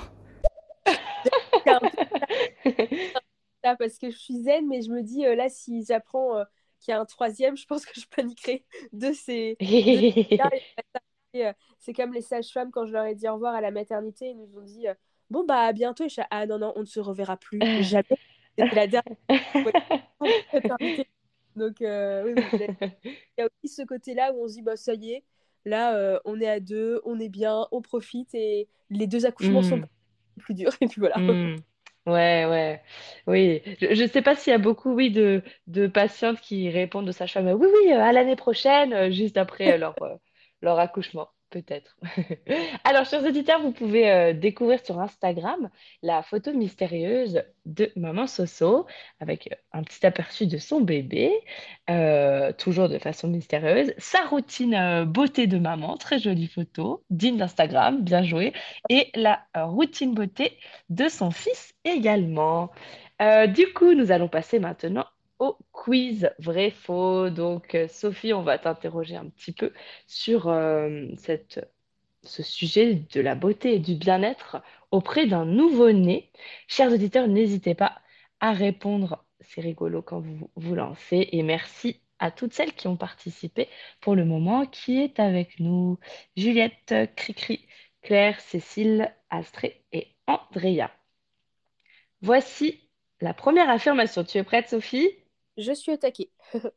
C'est un peu ça, parce que je suis zen, mais je me dis, euh, là, si j'apprends euh, qu'il y a un troisième, je pense que je paniquerai de ces deux là. Et, euh, c'est comme les sages-femmes, quand je leur ai dit au revoir à la maternité, ils nous ont dit, euh, bon, bah, à bientôt. Et je suis, ah non, non, on ne se reverra plus, jamais. C'était la dernière fois pour la maternité. Donc, euh, oui, oui, il y a aussi ce côté-là où on se dit, bah, ça y est, là, euh, on est à deux, on est bien, on profite, et les deux accouchements sont Hmm. plus durs. Et puis voilà. Hmm. Ouais, ouais, oui. Je ne sais pas s'il y a beaucoup, oui, de, de patientes qui répondent aux sages-femmes, oui, oui, euh, à l'année prochaine, euh, juste après euh, leur, euh, leur accouchement, peut-être. Alors, chers auditeurs, vous pouvez euh, découvrir sur Instagram la photo mystérieuse de Maman Soso avec euh, un petit aperçu de son bébé, euh, toujours de façon mystérieuse, sa routine euh, beauté de maman, très jolie photo, digne d'Instagram, bien joué, et la euh, routine beauté de son fils également. Euh, du coup, nous allons passer maintenant au quiz vrai-faux. Donc, euh, Sophie, on va t'interroger un petit peu sur euh, cette, ce sujet de la beauté et du bien-être auprès d'un nouveau-né. Chers auditeurs, n'hésitez pas à répondre. C'est rigolo quand vous vous lancez. Et merci à toutes celles qui ont participé pour le moment, qui est avec nous. Juliette, Cricri, Claire, Cécile, Astrée et Andrea. Voici la première affirmation. Tu es prête, Sophie? Je suis attaquée.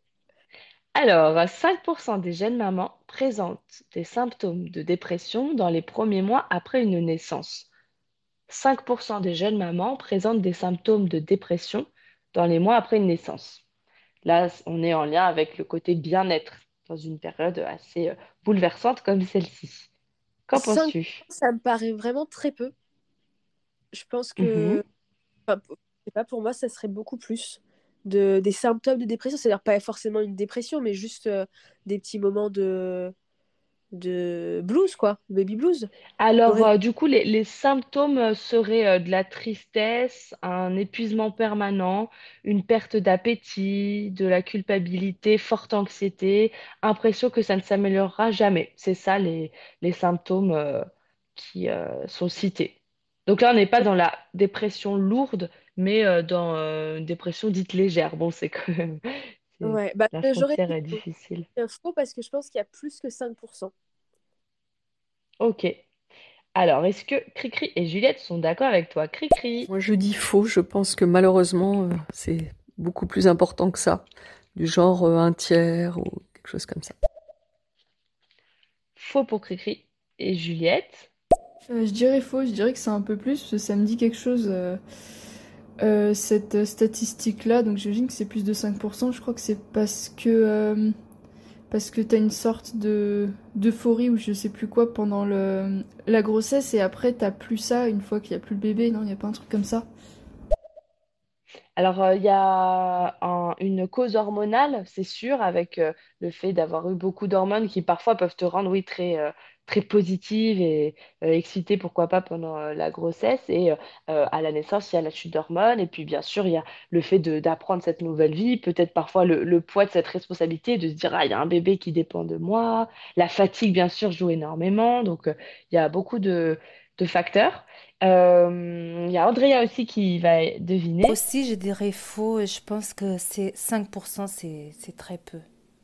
Alors, cinq pour cent des jeunes mamans présentent des symptômes de dépression dans les premiers mois après une naissance. cinq pour cent des jeunes mamans présentent des symptômes de dépression dans les mois après une naissance. Là, on est en lien avec le côté bien-être dans une période assez euh, bouleversante comme celle-ci. Qu'en cinq, penses-tu? ça me paraît vraiment très peu. Je pense Mhm. que, enfin, pour- je sais pas, pour moi, ça serait beaucoup plus de, des symptômes de dépression. C'est-à-dire pas forcément une dépression, mais juste euh, des petits moments de, de blues, quoi, baby blues. Alors, J'aurais- euh, du coup, les, les symptômes euh, seraient euh, de la tristesse, un épuisement permanent, une perte d'appétit, de la culpabilité, forte anxiété, impression que ça ne s'améliorera jamais. C'est ça les, les symptômes euh, qui euh, sont cités. Donc là, on n'est pas dans la dépression lourde, mais euh, dans euh, une dépression dite légère. Bon, c'est quand même, c'est- Ouais, bah, la j'aurais frontière dit est faux. difficile. Euh, faux parce que je pense qu'il y a plus que cinq pour cent. Ok. Alors, est-ce que Cricri et Juliette sont d'accord avec toi? Cricri. Moi, je dis faux. Je pense que malheureusement, euh, c'est beaucoup plus important que ça. Du genre euh, un tiers ou quelque chose comme ça. Faux pour Cricri. Et Juliette? Euh, je dirais faux, je dirais que c'est un peu plus, parce que ça me dit quelque chose, euh, euh, cette statistique-là, donc j'imagine que c'est plus de cinq pour cent. Je crois que c'est parce que, euh, parce que t'as une sorte de d'euphorie ou je sais plus quoi pendant le, la grossesse et après t'as plus ça une fois qu'il y a plus le bébé, non? Il y a pas un truc comme ça? Alors, euh, il y a un- une cause hormonale, c'est sûr, avec euh, le fait d'avoir eu beaucoup d'hormones qui parfois peuvent te rendre, oui, très, euh, très positive et euh, excitée, pourquoi pas, pendant euh, la grossesse. Et euh, euh, à la naissance, il y a la chute d'hormones. Et puis, bien sûr, il y a le fait de, d'apprendre cette nouvelle vie, peut-être parfois le, le poids de cette responsabilité, de se dire, ah, il y a un bébé qui dépend de moi. La fatigue, bien sûr, joue énormément. Donc, euh, il y a beaucoup de, de facteurs. Euh, Il y a Andrea aussi qui va deviner. Aussi, je dirais faux. Je pense que c'est cinq pour cent, c'est c'est très peu.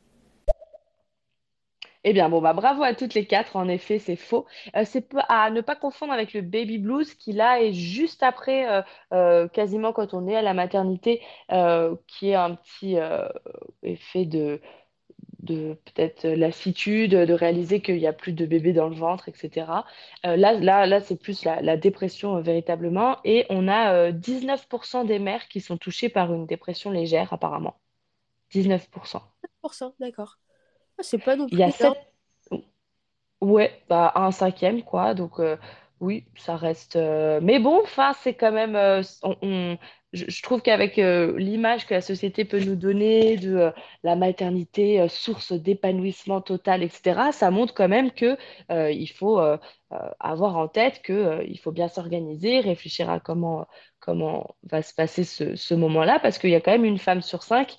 Eh bien, bon, bah, bravo à toutes les quatre. En effet, c'est faux. Euh, c'est pas- à ne pas confondre avec le baby blues qui, là, est juste après, euh, euh, quasiment quand on est à la maternité, euh, qui est un petit euh, effet de, de peut-être lassitude, de réaliser qu'il n'y a plus de bébé dans le ventre, et cetera. Euh, là, là, là, c'est plus la, la dépression euh, véritablement. Et on a euh, dix-neuf pour cent des mères qui sont touchées par une dépression légère, apparemment. dix-neuf pour cent. cinq pour cent, d'accord. Ah, c'est pas non Il plus y a énorme. sept. Ouais, bah un cinquième quoi. Donc euh, oui, ça reste. euh, Mais bon, enfin, c'est quand même. euh, on, on- Je, je trouve qu'avec euh, l'image que la société peut nous donner de euh, la maternité, euh, source d'épanouissement total, et cetera, ça montre quand même que euh, il faut euh, euh, avoir en tête que euh, il faut bien s'organiser, réfléchir à comment comment va se passer ce, ce moment-là, parce qu'il y a quand même une femme sur cinq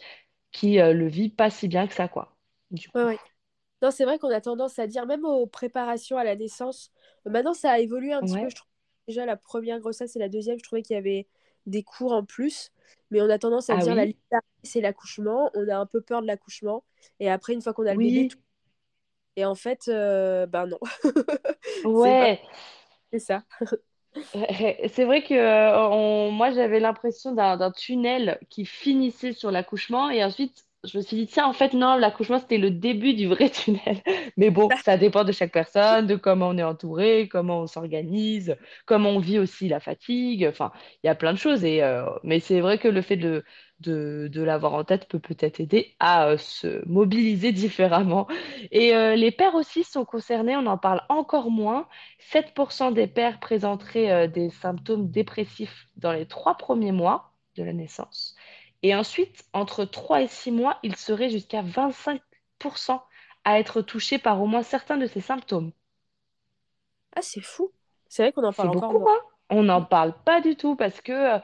qui euh, le vit pas si bien que ça, quoi. Du Ouais, coup. ouais. Non, c'est vrai qu'on a tendance à dire, même aux préparations à la naissance, euh, maintenant ça a évolué un petit peu. Ouais. Je trouve déjà la première grossesse et la deuxième, je trouvais qu'il y avait des cours en plus, mais on a tendance à Ah dire la oui? ligne d'arrivée, c'est l'accouchement. On a un peu peur de l'accouchement, et après, une fois qu'on a le bébé, tout. Oui. Et en fait, euh, ben non, c'est pas Ouais. c'est ça. Ouais, c'est vrai que euh, on- moi j'avais l'impression d'un d'un tunnel qui finissait sur l'accouchement et ensuite je me suis dit tiens en fait non l'accouchement c'était le début du vrai tunnel mais bon ça dépend de chaque personne de comment on est entouré comment on s'organise comment on vit aussi la fatigue enfin il y a plein de choses et euh, mais c'est vrai que le fait de de, de l'avoir en tête peut peut-être aider à euh, se mobiliser différemment et euh, les pères aussi sont concernés on en parle encore moins. sept pour cent des pères présenteraient euh, des symptômes dépressifs dans les trois premiers mois de la naissance. Et ensuite, entre trois et six mois, il serait jusqu'à vingt-cinq pour cent à être touchés par au moins certains de ces symptômes. Ah, c'est fou. C'est vrai qu'on en C'est parle encore beaucoup, moins. hein? On n'en parle pas du tout parce que euh,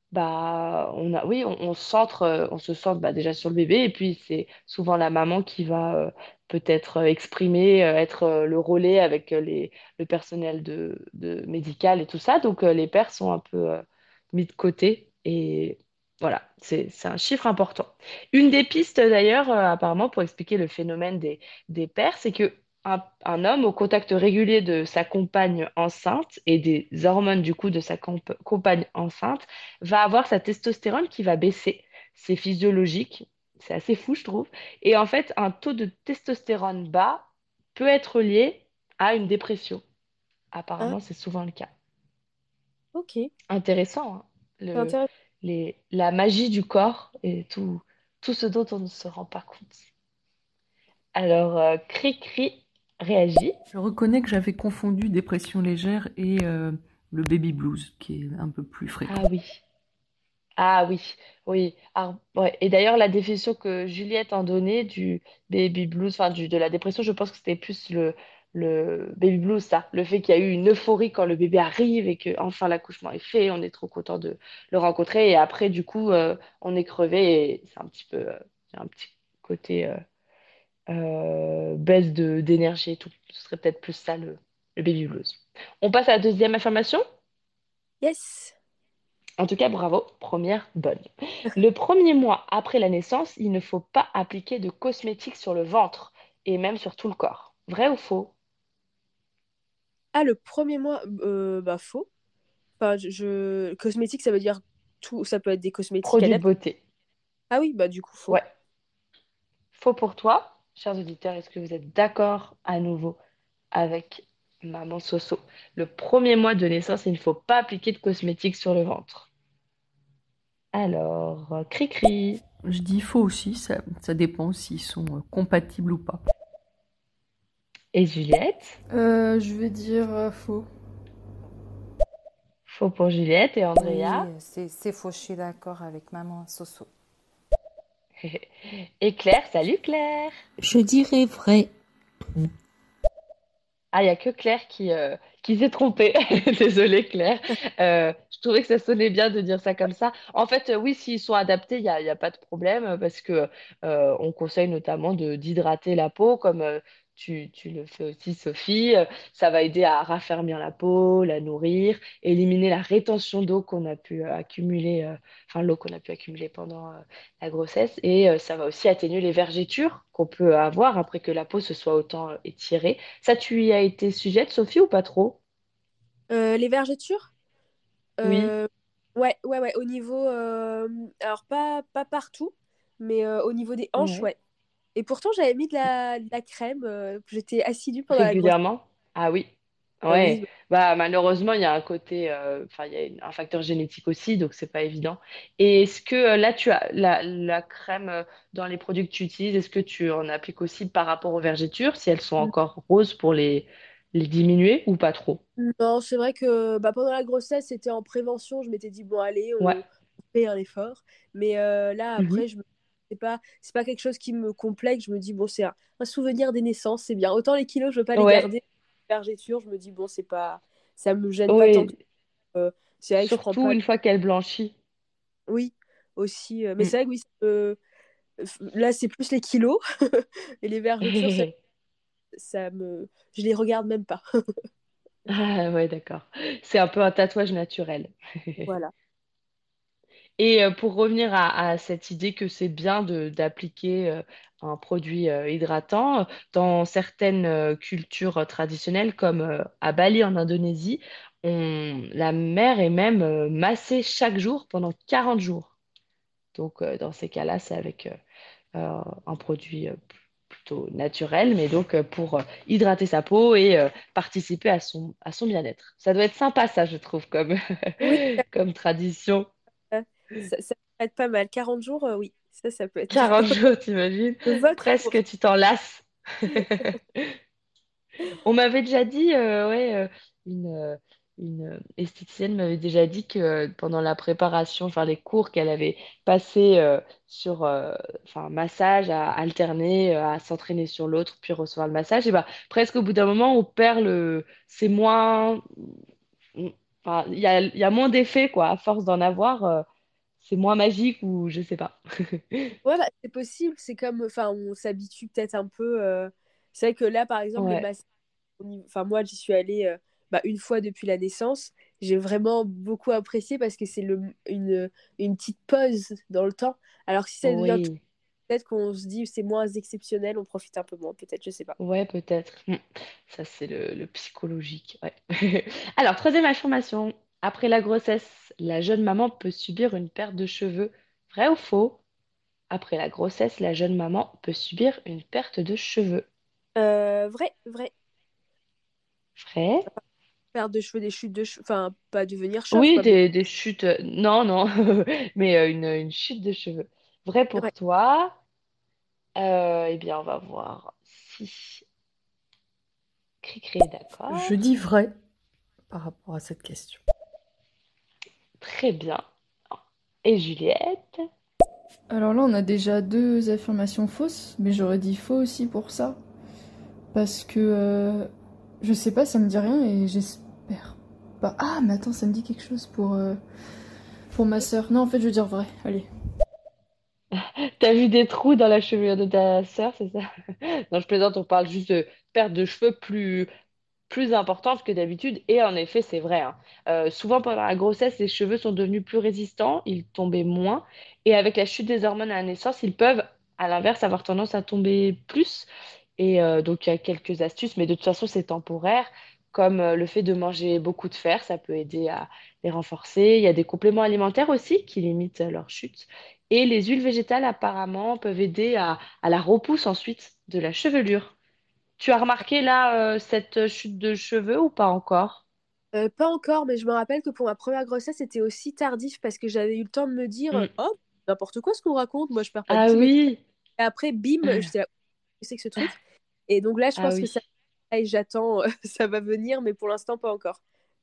bah, on a, oui, on, on se centre, euh, on se centre bah, déjà sur le bébé et puis c'est souvent la maman qui va euh, peut-être euh, exprimer, euh, être euh, le relais avec euh, les, le personnel de, de médical et tout ça. Donc euh, les pères sont un peu euh, mis de côté et voilà, c'est, c'est un chiffre important. Une des pistes d'ailleurs, euh, apparemment, pour expliquer le phénomène des, des pères, c'est que un, un homme au contact régulier de sa compagne enceinte et des hormones du coup de sa comp- compagne enceinte va avoir sa testostérone qui va baisser. C'est physiologique, c'est assez fou, je trouve. Et en fait, un taux de testostérone bas peut être lié à une dépression. Ah, Apparemment, c'est souvent le cas. ok. Intéressant, hein, C'est le, intéressant. les, la magie du corps et tout, tout ce dont on ne se rend pas compte. Alors, euh, Cri-Cri réagit. Je reconnais que j'avais confondu dépression légère et euh, le baby blues, qui est un peu plus fréquent. Ah oui. Ah oui, oui. Ah, ouais. Et d'ailleurs, la définition que Juliette en donnait du baby blues, enfin du, de la dépression, je pense que c'était plus le, le baby blues, ça. Le fait qu'il y a eu une euphorie quand le bébé arrive et que enfin l'accouchement est fait, on est trop content de le rencontrer. Et après, du coup, euh, on est crevé et c'est un petit peu, euh, il y a un petit côté euh, euh, baisse de d'énergie et tout. Ce serait peut-être plus ça le, le baby blues. On passe à la deuxième affirmation. Yes. En tout cas, bravo, première bonne. Le premier mois après la naissance, il ne faut pas appliquer de cosmétiques sur le ventre et même sur tout le corps. Vrai ou faux? Ah, le premier mois, euh, bah faux. Enfin, je, je- cosmétique, ça veut dire tout. Ça peut être des cosmétiques Produit de adaptés. beauté. Ah oui, bah du coup, faux. Ouais, faux pour toi. Chers auditeurs, est-ce que vous êtes d'accord à nouveau avec maman Soso? Le premier mois de naissance, il ne faut pas appliquer de cosmétiques sur le ventre. Alors, euh, cri-cri. Je dis faux aussi, ça, ça dépend s'ils sont euh, compatibles ou pas. Et Juliette? Euh, je vais dire euh, faux. Faux pour Juliette et Oui, Andrea. c'est c'est faux, je suis d'accord avec maman Soso. Et Claire, salut Claire. Je dirais vrai. Ah, il n'y a que Claire qui, euh, qui s'est trompée. Désolée, Claire. Euh, je trouvais que ça sonnait bien de dire ça comme ça. En fait, euh, oui, s'ils sont adaptés, il n'y a, il y a pas de problème euh, parce que euh, on conseille notamment de d'hydrater la peau, comme euh, tu, tu le fais aussi, Sophie. Euh, ça va aider à raffermir la peau, la nourrir, éliminer la rétention d'eau qu'on a pu euh, accumuler, euh, enfin l'eau qu'on a pu accumuler pendant euh, la grossesse. Et euh, ça va aussi atténuer les vergetures qu'on peut avoir après que la peau se soit autant euh, étirée. Ça, tu y as été sujette, Sophie, ou pas trop? Euh, les vergetures? Oui. Euh, ouais, ouais, ouais. Au niveau, euh, alors pas, pas partout, mais euh, au niveau des hanches, Ouais. ouais. Et pourtant, j'avais mis de la, de la crème. Euh, j'étais assidue pendant la grossesse. Régulièrement? Ah oui. Euh, oui, Ouais. Bah, malheureusement, il y a un côté, euh, enfin, il y a une- un facteur génétique aussi, donc c'est pas évident. Et est-ce que euh, là, tu as la, la crème euh, dans les produits que tu utilises, est-ce que tu en appliques aussi par rapport aux vergetures, si elles sont encore roses pour les, les diminuer ou pas trop? non, c'est vrai que bah, pendant la grossesse, c'était en prévention. Je m'étais dit, bon, allez, Ouais. on fait un effort. Mais euh, là, Mhm. après, je me... c'est pas... c'est pas quelque chose qui me complexe. Je me dis, bon, c'est un... un souvenir des naissances, c'est bien. Autant les kilos, je veux pas les Ouais. garder. Vergeture, je me dis, bon, c'est pas... ça me gêne pas tant que Oui. ça. Euh, c'est vrai que je prends Surtout pas. une fois qu'elle blanchit. Oui, aussi. euh, Mais Mm. c'est vrai que oui, ça peut- Là, c'est plus les kilos. Et les vergetures, ça, ça me... je les regarde même pas. Ah ouais, d'accord. C'est un peu un tatouage naturel. Voilà. Et euh, pour revenir à, à cette idée que c'est bien de d'appliquer euh, un produit euh, hydratant, dans certaines euh, cultures euh, traditionnelles, comme euh, à Bali en Indonésie, on, la mer est même euh, massée chaque jour pendant quarante jours. Donc euh, dans ces cas-là, c'est avec euh, euh, un produit euh, plutôt naturel, mais donc euh, pour euh, hydrater sa peau et euh, participer à son, à son bien-être. Ça doit être sympa, ça, je trouve, comme, Oui, comme tradition. ça, ça, ça peut être pas mal. quarante jours, euh, oui. Ça, ça peut être bien. quarante jours, t'imagines? Je vote pour. Presque, tu t'en lasses. On m'avait déjà dit, euh, ouais, euh, une, euh, une euh, esthéticienne m'avait déjà dit que euh, pendant la préparation, enfin les cours qu'elle avait passés euh, sur, euh, enfin massage, à alterner, euh, à s'entraîner sur l'autre, puis recevoir le massage, et bah presque au bout d'un moment, on perd le, c'est moins, enfin il y a, il y a moins d'effet quoi, à force d'en avoir, euh, c'est moins magique ou je sais pas. Ouais, bah, c'est possible. C'est comme, enfin, on s'habitue peut-être un peu. euh, C'est vrai que là, par exemple, les Ouais, massages, au niveau- enfin, moi, j'y suis allée euh, bah, une fois depuis la naissance. J'ai vraiment beaucoup apprécié parce que c'est le... une... une petite pause dans le temps. Alors que si ça devient tout, oui. peut-être qu'on se dit c'est moins exceptionnel, on profite un peu moins, peut-être, je sais pas. Ouais, peut-être. Hmm. Ça, c'est le, le psychologique. Ouais. Alors, troisième information. Après la grossesse, la jeune maman peut subir une perte de cheveux. Vrai ou faux? Après la grossesse, la jeune maman peut subir une perte de cheveux. Euh, vrai, vrai. Vrai? Perte de cheveux, des chutes de cheveux, enfin, pas devenir chauve, Oui, quoi, mais des, des chutes. euh, Non, non, mais euh, une, une chute de cheveux. Vrai pour ouais. toi? Euh, eh bien, on va voir si Cricri est d'accord. Je dis vrai par rapport à cette question. Très bien. Et Juliette? Alors là, on a déjà deux affirmations fausses, mais j'aurais dit faux aussi pour ça. Parce que euh, je sais pas, ça me dit rien et j'espère pas. Ah, mais attends, ça me dit quelque chose pour, euh, pour ma sœur. Non, en fait, je veux dire vrai. Allez. T'as vu des trous dans la chevelure de ta sœur, c'est ça? Non, je plaisante, on parle juste de perte de cheveux plus, plus importante que d'habitude. Et en effet, c'est vrai, hein. Euh, souvent, pendant la grossesse, les cheveux sont devenus plus résistants, ils tombaient moins. Et avec la chute des hormones à la naissance, ils peuvent, à l'inverse, avoir tendance à tomber plus. Et euh, donc, il y a quelques astuces, mais de toute façon, c'est temporaire, comme euh, le fait de manger beaucoup de fer, ça peut aider à les renforcer. Il y a des compléments alimentaires aussi qui limitent euh, leur chute. Et les huiles végétales, apparemment, peuvent aider à, à la repousse ensuite de la chevelure. Tu as remarqué là euh, cette chute de cheveux ou pas encore? Euh, pas encore, mais je me rappelle que pour ma première grossesse, c'était aussi tardif parce que j'avais eu le temps de me dire, euh, Mm. oh, n'importe quoi ce qu'on raconte, moi je perds pas du Ah tout mes... oui, Et après, bim, j'étais là, qu'est-ce que c'est que ce truc? Et donc là, je ah pense que oui. ça, et j'attends, ça va venir, mais pour l'instant, pas encore.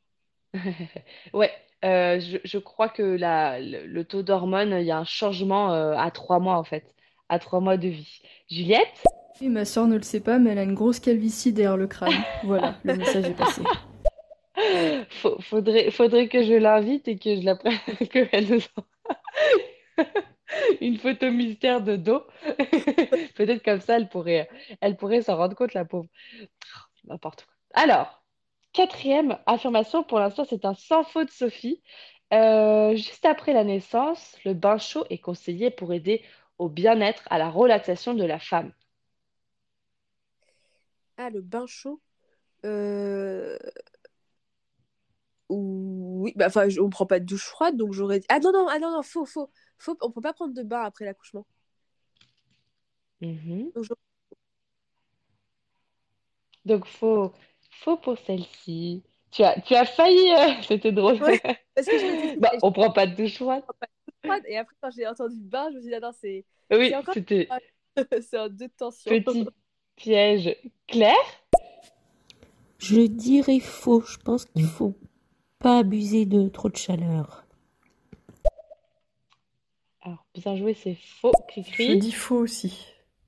Ouais, euh, je, je crois que la, le, le taux d'hormones, il y a un changement euh, à trois mois en fait, à trois mois de vie. Juliette? Oui, ma sœur ne le sait pas, mais elle a une grosse calvitie derrière le crâne. Voilà, le message est passé. Faut- faudrait, faudrait que je l'invite et que je la prenne, qu'elle nous une photo mystère de dos. Peut-être comme ça, elle pourrait, elle pourrait s'en rendre compte, la pauvre. N'importe quoi. Alors, quatrième affirmation, pour l'instant, c'est un sans faute, Sophie. Euh, juste après la naissance, le bain chaud est conseillé pour aider au bien-être, à la relaxation de la femme. Ah, le bain chaud? Euh... Oui, bah enfin, je- on prend pas de douche froide, donc j'aurais dit... Ah non, non, ah non, non, faux, faux, faux, on peut pas prendre de bain après l'accouchement. Mhm. Donc, j'aurais- Donc, faux, faux pour celle-ci. Tu as, tu as failli, euh, c'était drôle. Ouais, parce que je m'étais dit, Bah, je on prend pas de douche froide. prends pas de douche froide, et après, quand j'ai entendu bain, je me suis dit, ah non, c'est c'est Oui, encore... c'était c'est un deux de tension. petit piège clair. Je dirais faux. Je pense qu'il faut pas abuser de trop de chaleur. Alors, bien joué, c'est faux, Je Cricri. dis faux aussi.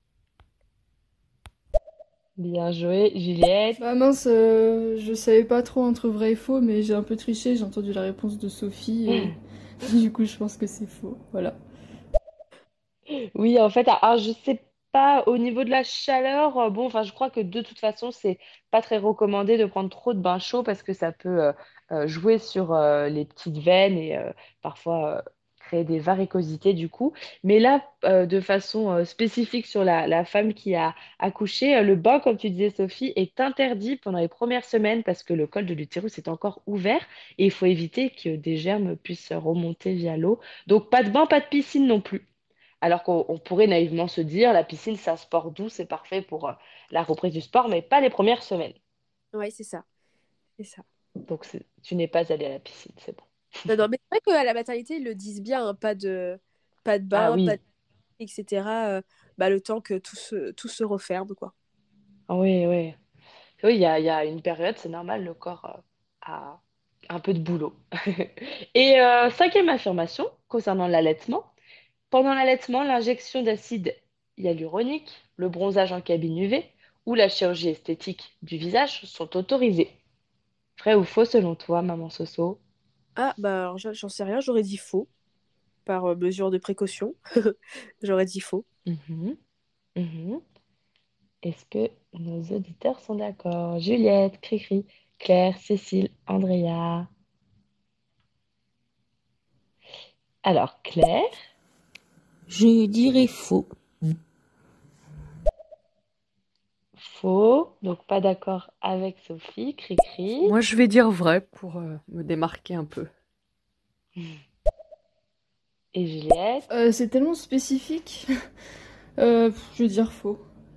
Bien joué, Juliette. Bah mince, euh, je savais pas trop entre vrai et faux, mais j'ai un peu triché, j'ai entendu la réponse de Sophie, et du coup je pense que c'est faux. Voilà. Oui, en fait, alors je sais pas au niveau de la chaleur, euh, bon, enfin, je crois que de toute façon, c'est pas très recommandé de prendre trop de bains chauds parce que ça peut euh, euh, jouer sur euh, les petites veines et euh, parfois euh, créer des varicosités du coup. Mais là, euh, de façon euh, spécifique sur la, la femme qui a accouché, euh, le bain, comme tu disais, Sophie, est interdit pendant les premières semaines parce que le col de l'utérus est encore ouvert et il faut éviter que des germes puissent remonter via l'eau. Donc, pas de bain, pas de piscine non plus. Alors qu'on on pourrait naïvement se dire, la piscine, c'est un sport doux, c'est parfait pour euh, la reprise du sport, mais pas les premières semaines. Ouais, c'est ça. C'est ça. Donc, c'est- tu n'es pas allé à la piscine, c'est bon. Non, non, mais c'est vrai qu'à la maternité, ils le disent bien, hein, pas de, pas de Ah bain, pas oui, de... et cetera euh, bah, le temps que tout se, tout se referme, quoi. ah oui, oui. Oui, il y a, il y a une période, c'est normal, le corps euh, a un peu de boulot. Et euh, cinquième affirmation concernant l'allaitement. Pendant l'allaitement, l'injection d'acide hyaluronique, le bronzage en cabine U V ou la chirurgie esthétique du visage sont autorisés. Vrai ou faux selon toi, maman Soso? Ah, bah alors, j'en j'en sais rien, j'aurais dit faux, par euh, mesure de précaution. J'aurais dit faux. Mhm, mhm. Est-ce que nos auditeurs sont d'accord? Juliette, Cricri, Claire, Cécile, Andrea. Alors, Claire, Je dirais faux. faux. Donc, pas d'accord avec Sophie, Cricri. Moi, je vais dire vrai pour euh, me démarquer un peu. Et Juliette. Euh, c'est tellement spécifique. Euh, je veux dire faux.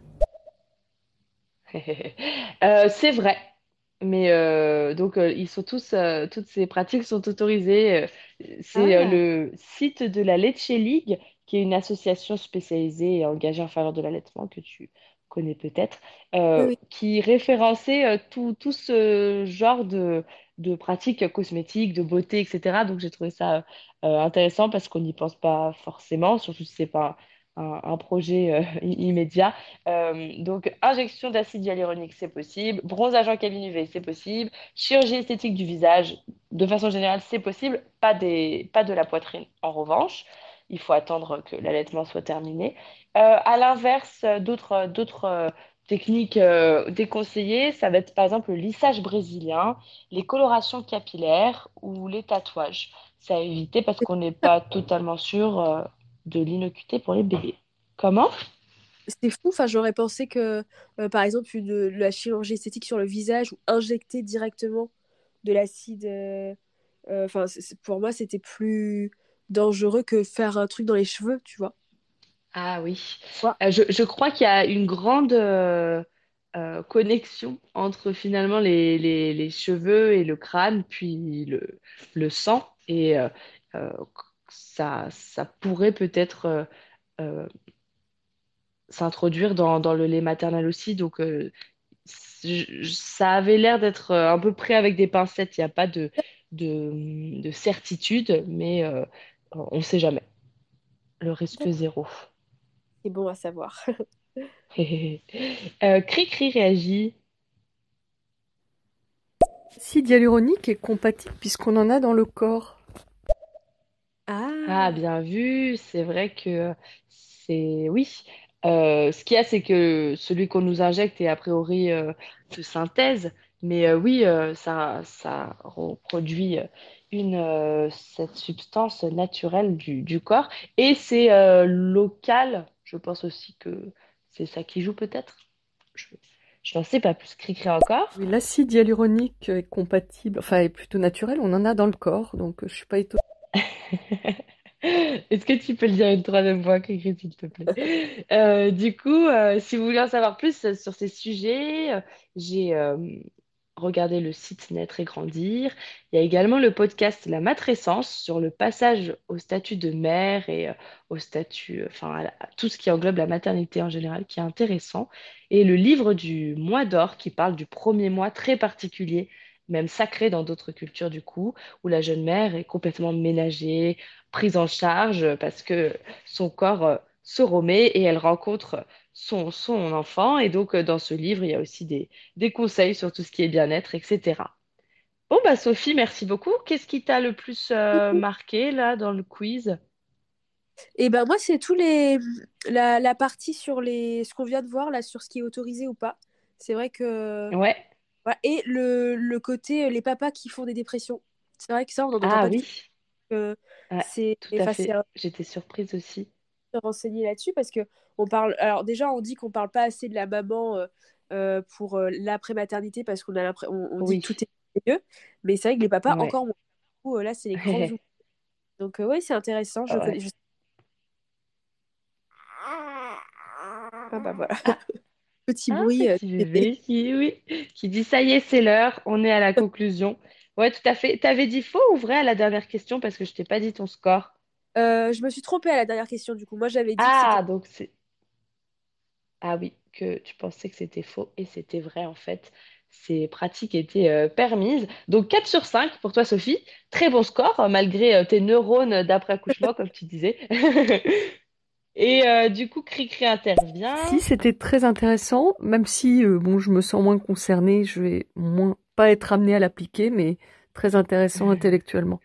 Euh, c'est vrai. Mais euh, donc, euh, ils sont tous, euh, toutes ces pratiques sont autorisées. Euh, C'est euh, Ah, le site de la Leche League, qui est une association spécialisée et engagée en faveur de l'allaitement que tu connais peut-être, oui, euh, oui. qui référençait euh, tout, tout ce genre de, de pratiques cosmétiques, de beauté, et cetera. Donc, j'ai trouvé ça euh, intéressant parce qu'on n'y pense pas forcément, surtout si c'est pas un, un projet euh, immédiat. Euh, donc, injection d'acide hyaluronique, c'est possible. Bronzage en cabine U V, c'est possible. Chirurgie esthétique du visage, de façon générale, c'est possible. Pas des, pas de la poitrine, en revanche. Il faut attendre que l'allaitement soit terminé. Euh, à l'inverse, euh, d'autres, d'autres euh, techniques euh, déconseillées, ça va être par exemple le lissage brésilien, les colorations capillaires ou les tatouages. C'est à éviter parce qu'on n'est pas totalement sûr euh, de l'innocuité pour les bébés. Comment? C'est fou, enfin, j'aurais pensé que, euh, par exemple, une, de la chirurgie esthétique sur le visage ou injecter directement de l'acide, euh, euh, enfin, c'est- c'est- pour moi, c'était plus dangereux que faire un truc dans les cheveux, tu vois. Ah oui. Ouais. Euh, je, je crois qu'il y a une grande euh, euh, connexion entre finalement les, les, les cheveux et le crâne, puis le, le sang. Et euh, euh, ça, ça pourrait peut-être euh, euh, s'introduire dans, dans le lait maternel aussi. Donc, euh, c- ça avait l'air d'être euh, un peu près avec des pincettes. Il n'y a pas de, de, de certitude, mais euh, on ne sait jamais. Le risque zéro. C'est bon à savoir. Euh, Cri-Cri réagit. L'acide hyaluronique est compatible puisqu'on en a dans le corps. Ah, Ah, bien vu, c'est vrai que c'est... Oui. Euh, ce qu'il y a, c'est que celui qu'on nous injecte est a priori euh, de synthèse, mais euh, oui, euh, ça, ça reproduit une, euh, cette substance naturelle du, du corps, et c'est euh, local, je pense aussi que c'est ça qui joue peut-être. Je, je n'en sais pas plus, cri encore. Oui, l'acide hyaluronique est compatible, enfin est plutôt naturel, on en a dans le corps, donc euh, je suis pas étonnée. Est-ce que tu peux le dire une troisième fois, Cricri, s'il te plaît? Euh, du coup, euh, si vous voulez en savoir plus euh, sur ces sujets, euh, j'ai euh, regardé le site Naître et Grandir. Il y a également le podcast La Matrescence sur le passage au statut de mère et euh, au statut, euh, enfin, à la- à tout ce qui englobe la maternité en général, qui est intéressant. Et le livre du mois d'or qui parle du premier mois très particulier, même sacré dans d'autres cultures du coup, où la jeune mère est complètement ménagée, prise en charge parce que son corps euh, se remet et elle rencontre son, son enfant. Et donc, euh, dans ce livre, il y a aussi des, des conseils sur tout ce qui est bien-être, et cetera. Bon, bah Sophie, merci beaucoup. Qu'est-ce qui t'a le plus euh, marqué là dans le quiz? Et ben moi, c'est tous les la, la partie sur les ce qu'on vient de voir là, sur ce qui est autorisé ou pas. C'est vrai que Ouais. ouais, et le, le côté euh, les papas qui font des dépressions. C'est vrai que ça, on n'en entend Ah pas du tout. oui. euh, Ouais, c'est tout à enfin, c'est fait. un- J'étais surprise aussi. se renseigner là-dessus parce que on parle. Alors déjà, on dit qu'on parle pas assez de la maman euh, euh, pour euh, l'après-maternité parce qu'on a l'impression, on, on dit que Oui. tout est mieux, mais c'est vrai que les papas Ouais. encore moins. Du coup, euh, là, c'est les grands oubliés. Donc euh, ouais, c'est intéressant. Je Ouais. connais. je- Ah bah voilà, Ah, petit un bruit euh, petit de bébé. bébé qui, oui, qui dit ça y est, c'est l'heure, on est à la conclusion. Ouais, tout à fait. T'avais dit faux ou vrai à la dernière question parce que je t'ai pas dit ton score. Euh, je me suis trompée à la dernière question du coup. Moi, j'avais dit que c'était. Ah, donc c'est. Ah oui, que tu pensais que c'était faux et c'était vrai en fait. Ces pratiques étaient euh, permises. Donc quatre sur cinq pour toi, Sophie. Très bon score, euh, malgré euh, tes neurones d'après-accouchement, comme tu disais. Et euh, du coup, Cricri intervient. Si, c'était très intéressant, même si euh, bon, je me sens moins concernée, je vais moins pas être amenée à l'appliquer, mais très intéressant intellectuellement.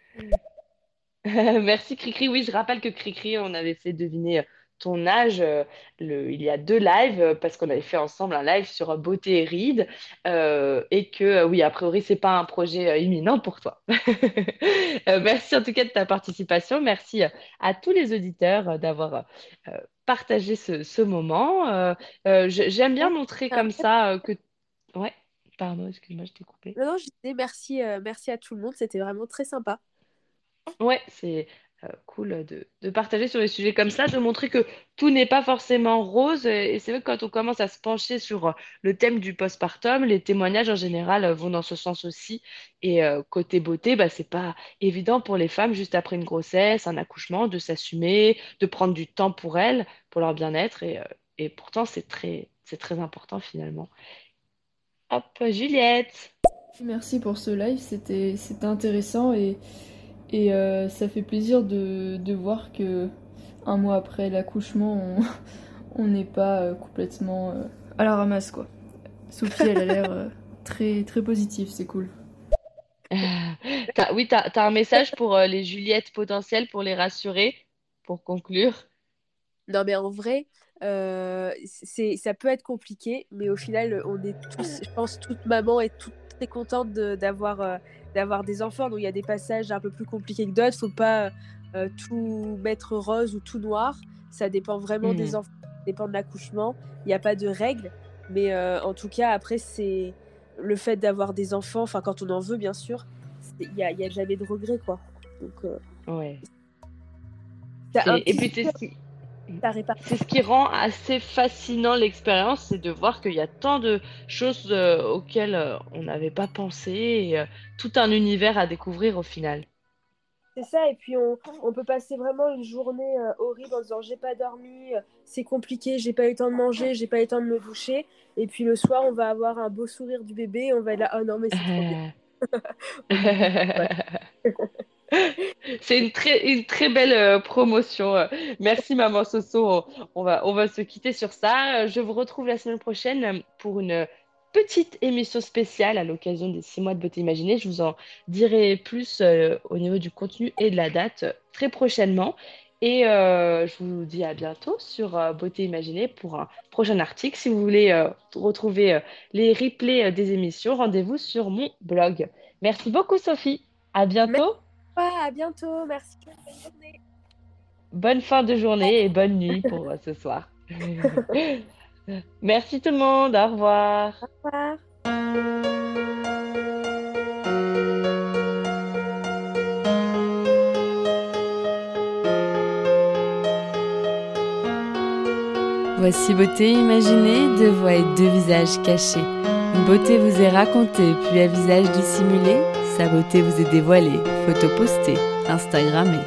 Merci Cricri. Oui, je rappelle que Cricri, on avait fait deviner euh, ton âge euh, le- il y a deux lives, euh, parce qu'on avait fait ensemble un live sur euh, beauté et rides, euh, et que euh, oui, a priori, c'est pas un projet euh, imminent pour toi. Euh, merci en tout cas de ta participation. Merci euh, à tous les auditeurs euh, d'avoir euh, partagé ce, ce moment. Euh, euh, je- j'aime bien Ouais, montrer c'est un comme vrai- ça euh, que... Ouais, pardon, excuse-moi, je t'ai coupé. Non, non, je disais merci, euh, merci à tout le monde. C'était vraiment très sympa. Ouais, c'est euh, cool de, de partager sur des sujets comme ça, de montrer que tout n'est pas forcément rose. Et c'est vrai que quand on commence à se pencher sur euh, le thème du postpartum, les témoignages en général euh, vont dans ce sens aussi. Et euh, côté beauté, bah, c'est pas évident pour les femmes juste après une grossesse, un accouchement, de s'assumer, de prendre du temps pour elles, pour leur bien-être. Et, euh, et pourtant, c'est très, c'est très important finalement. Hop, Juliette. Merci pour ce live, c'était c'était intéressant et, et euh, ça fait plaisir de, de voir que un mois après l'accouchement, on on n'est pas euh, complètement euh, à la ramasse quoi. Sophie, elle a l'air euh, très très positive, c'est cool. T'as- oui, tu as, un message pour euh, les Juliettes potentielles pour les rassurer, pour conclure. Non, mais en vrai, euh, c'est, ça peut être compliqué, mais au final, on est tous, je pense, toute maman est toute très contente de- d'avoir euh, d'avoir des enfants. Donc, il y a des passages un peu plus compliqués que d'autres. Faut pas euh, tout mettre rose ou tout noir. Ça dépend vraiment des Mhm. enfants, ça dépend de l'accouchement. Il n'y a pas de règles, mais euh, en tout cas, après, c'est le fait d'avoir des enfants, enfin, quand on en veut, bien sûr, c'est- il n'y a, il y a jamais de regret, quoi. Donc, euh, Ouais. ça C'est... Et puis, implique c'est ce qui... ta réparation. c'est ce qui rend assez fascinant l'expérience, c'est de voir qu'il y a tant de choses euh, auxquelles euh, on n'avait pas pensé et euh, tout un univers à découvrir au final. C'est ça, et puis on, on peut passer vraiment une journée euh, horrible en disant j'ai pas dormi, euh, c'est compliqué, j'ai pas eu le temps de manger, j'ai pas eu le temps de me doucher. Et puis le soir, on va avoir un beau sourire du bébé et on va être là, oh non, mais c'est trop bien. On oublie. Ouais. C'est une très, une très belle euh, promotion. Euh, Merci, Maman Soso. On, on va, on va se quitter sur ça. Euh, Je vous retrouve la semaine prochaine euh, pour une petite émission spéciale à l'occasion des six mois de Beauté Imaginée. Je vous en dirai plus euh, au niveau du contenu et de la date euh, très prochainement. Et euh, je vous dis à bientôt sur euh, Beauté Imaginée pour un prochain article. Si vous voulez euh, retrouver euh, les replays euh, des émissions, rendez-vous sur mon blog. Merci beaucoup, Sophie. À Merci, bientôt. à bientôt, merci, bonne journée. Bonne fin de journée et bonne nuit pour euh, ce soir. Merci tout le monde. Au revoir. Au revoir. Voici Beauté imaginée, deux voix et deux visages cachés. Une beauté vous est racontée, puis un visage dissimulé. Sa beauté vous est dévoilée, photo postée, Instagrammée.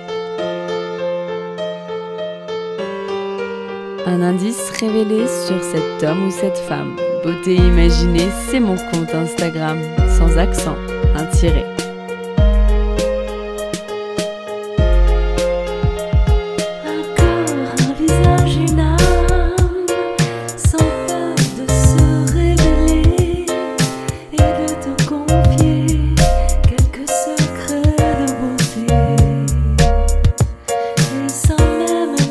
Un indice révélé sur cet homme ou cette femme. Beauté imaginée, c'est mon compte Instagram, sans accent, un tiret. Sans même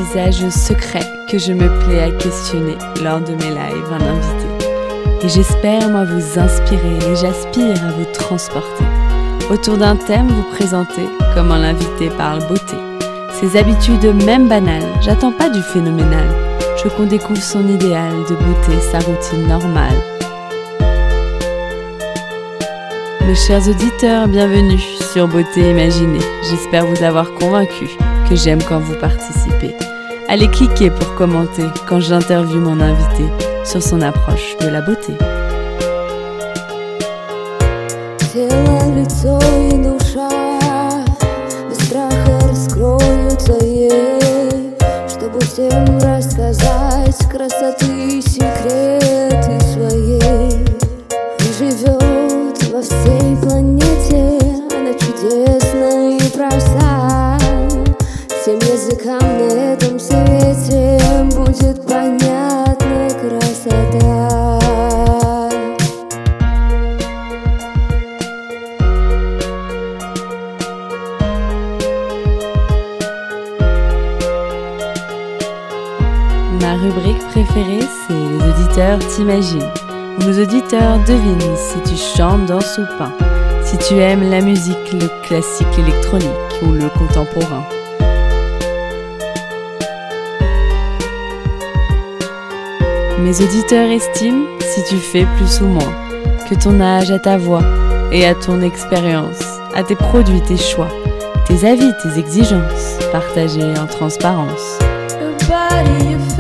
visage secret que je me plais à questionner lors de mes lives un invité. Et j'espère moi vous inspirer et j'aspire à vous transporter. Autour d'un thème, vous présenter comment l'invité parle beauté. Ses habitudes même banales, j'attends pas du phénoménal. Je veux qu'on découvre son idéal de beauté, sa routine normale. Mes chers auditeurs, bienvenue sur Beauté Imaginée. J'espère vous avoir convaincu que j'aime quand vous participez. Allez cliquer pour commenter quand j'interviewe mon invité sur son approche de la beauté. Тело, лицо и душа без страха раскроются ей, чтобы всем рассказать красоты, секреты своей. И живет во всей планете, она чудесна и проста. Всем языкам на этом свете будет понятна красота. Ma rubrique préférée, c'est Les auditeurs t'imaginent, où nos auditeurs devinent si tu chantes, danses ou peins, si tu aimes la musique, le classique électronique ou le contemporain. Mes auditeurs estiment si tu fais plus ou moins, que ton âge à ta voix et à ton expérience, à tes produits, tes choix, tes avis, tes exigences, partagés en transparence. Your body, your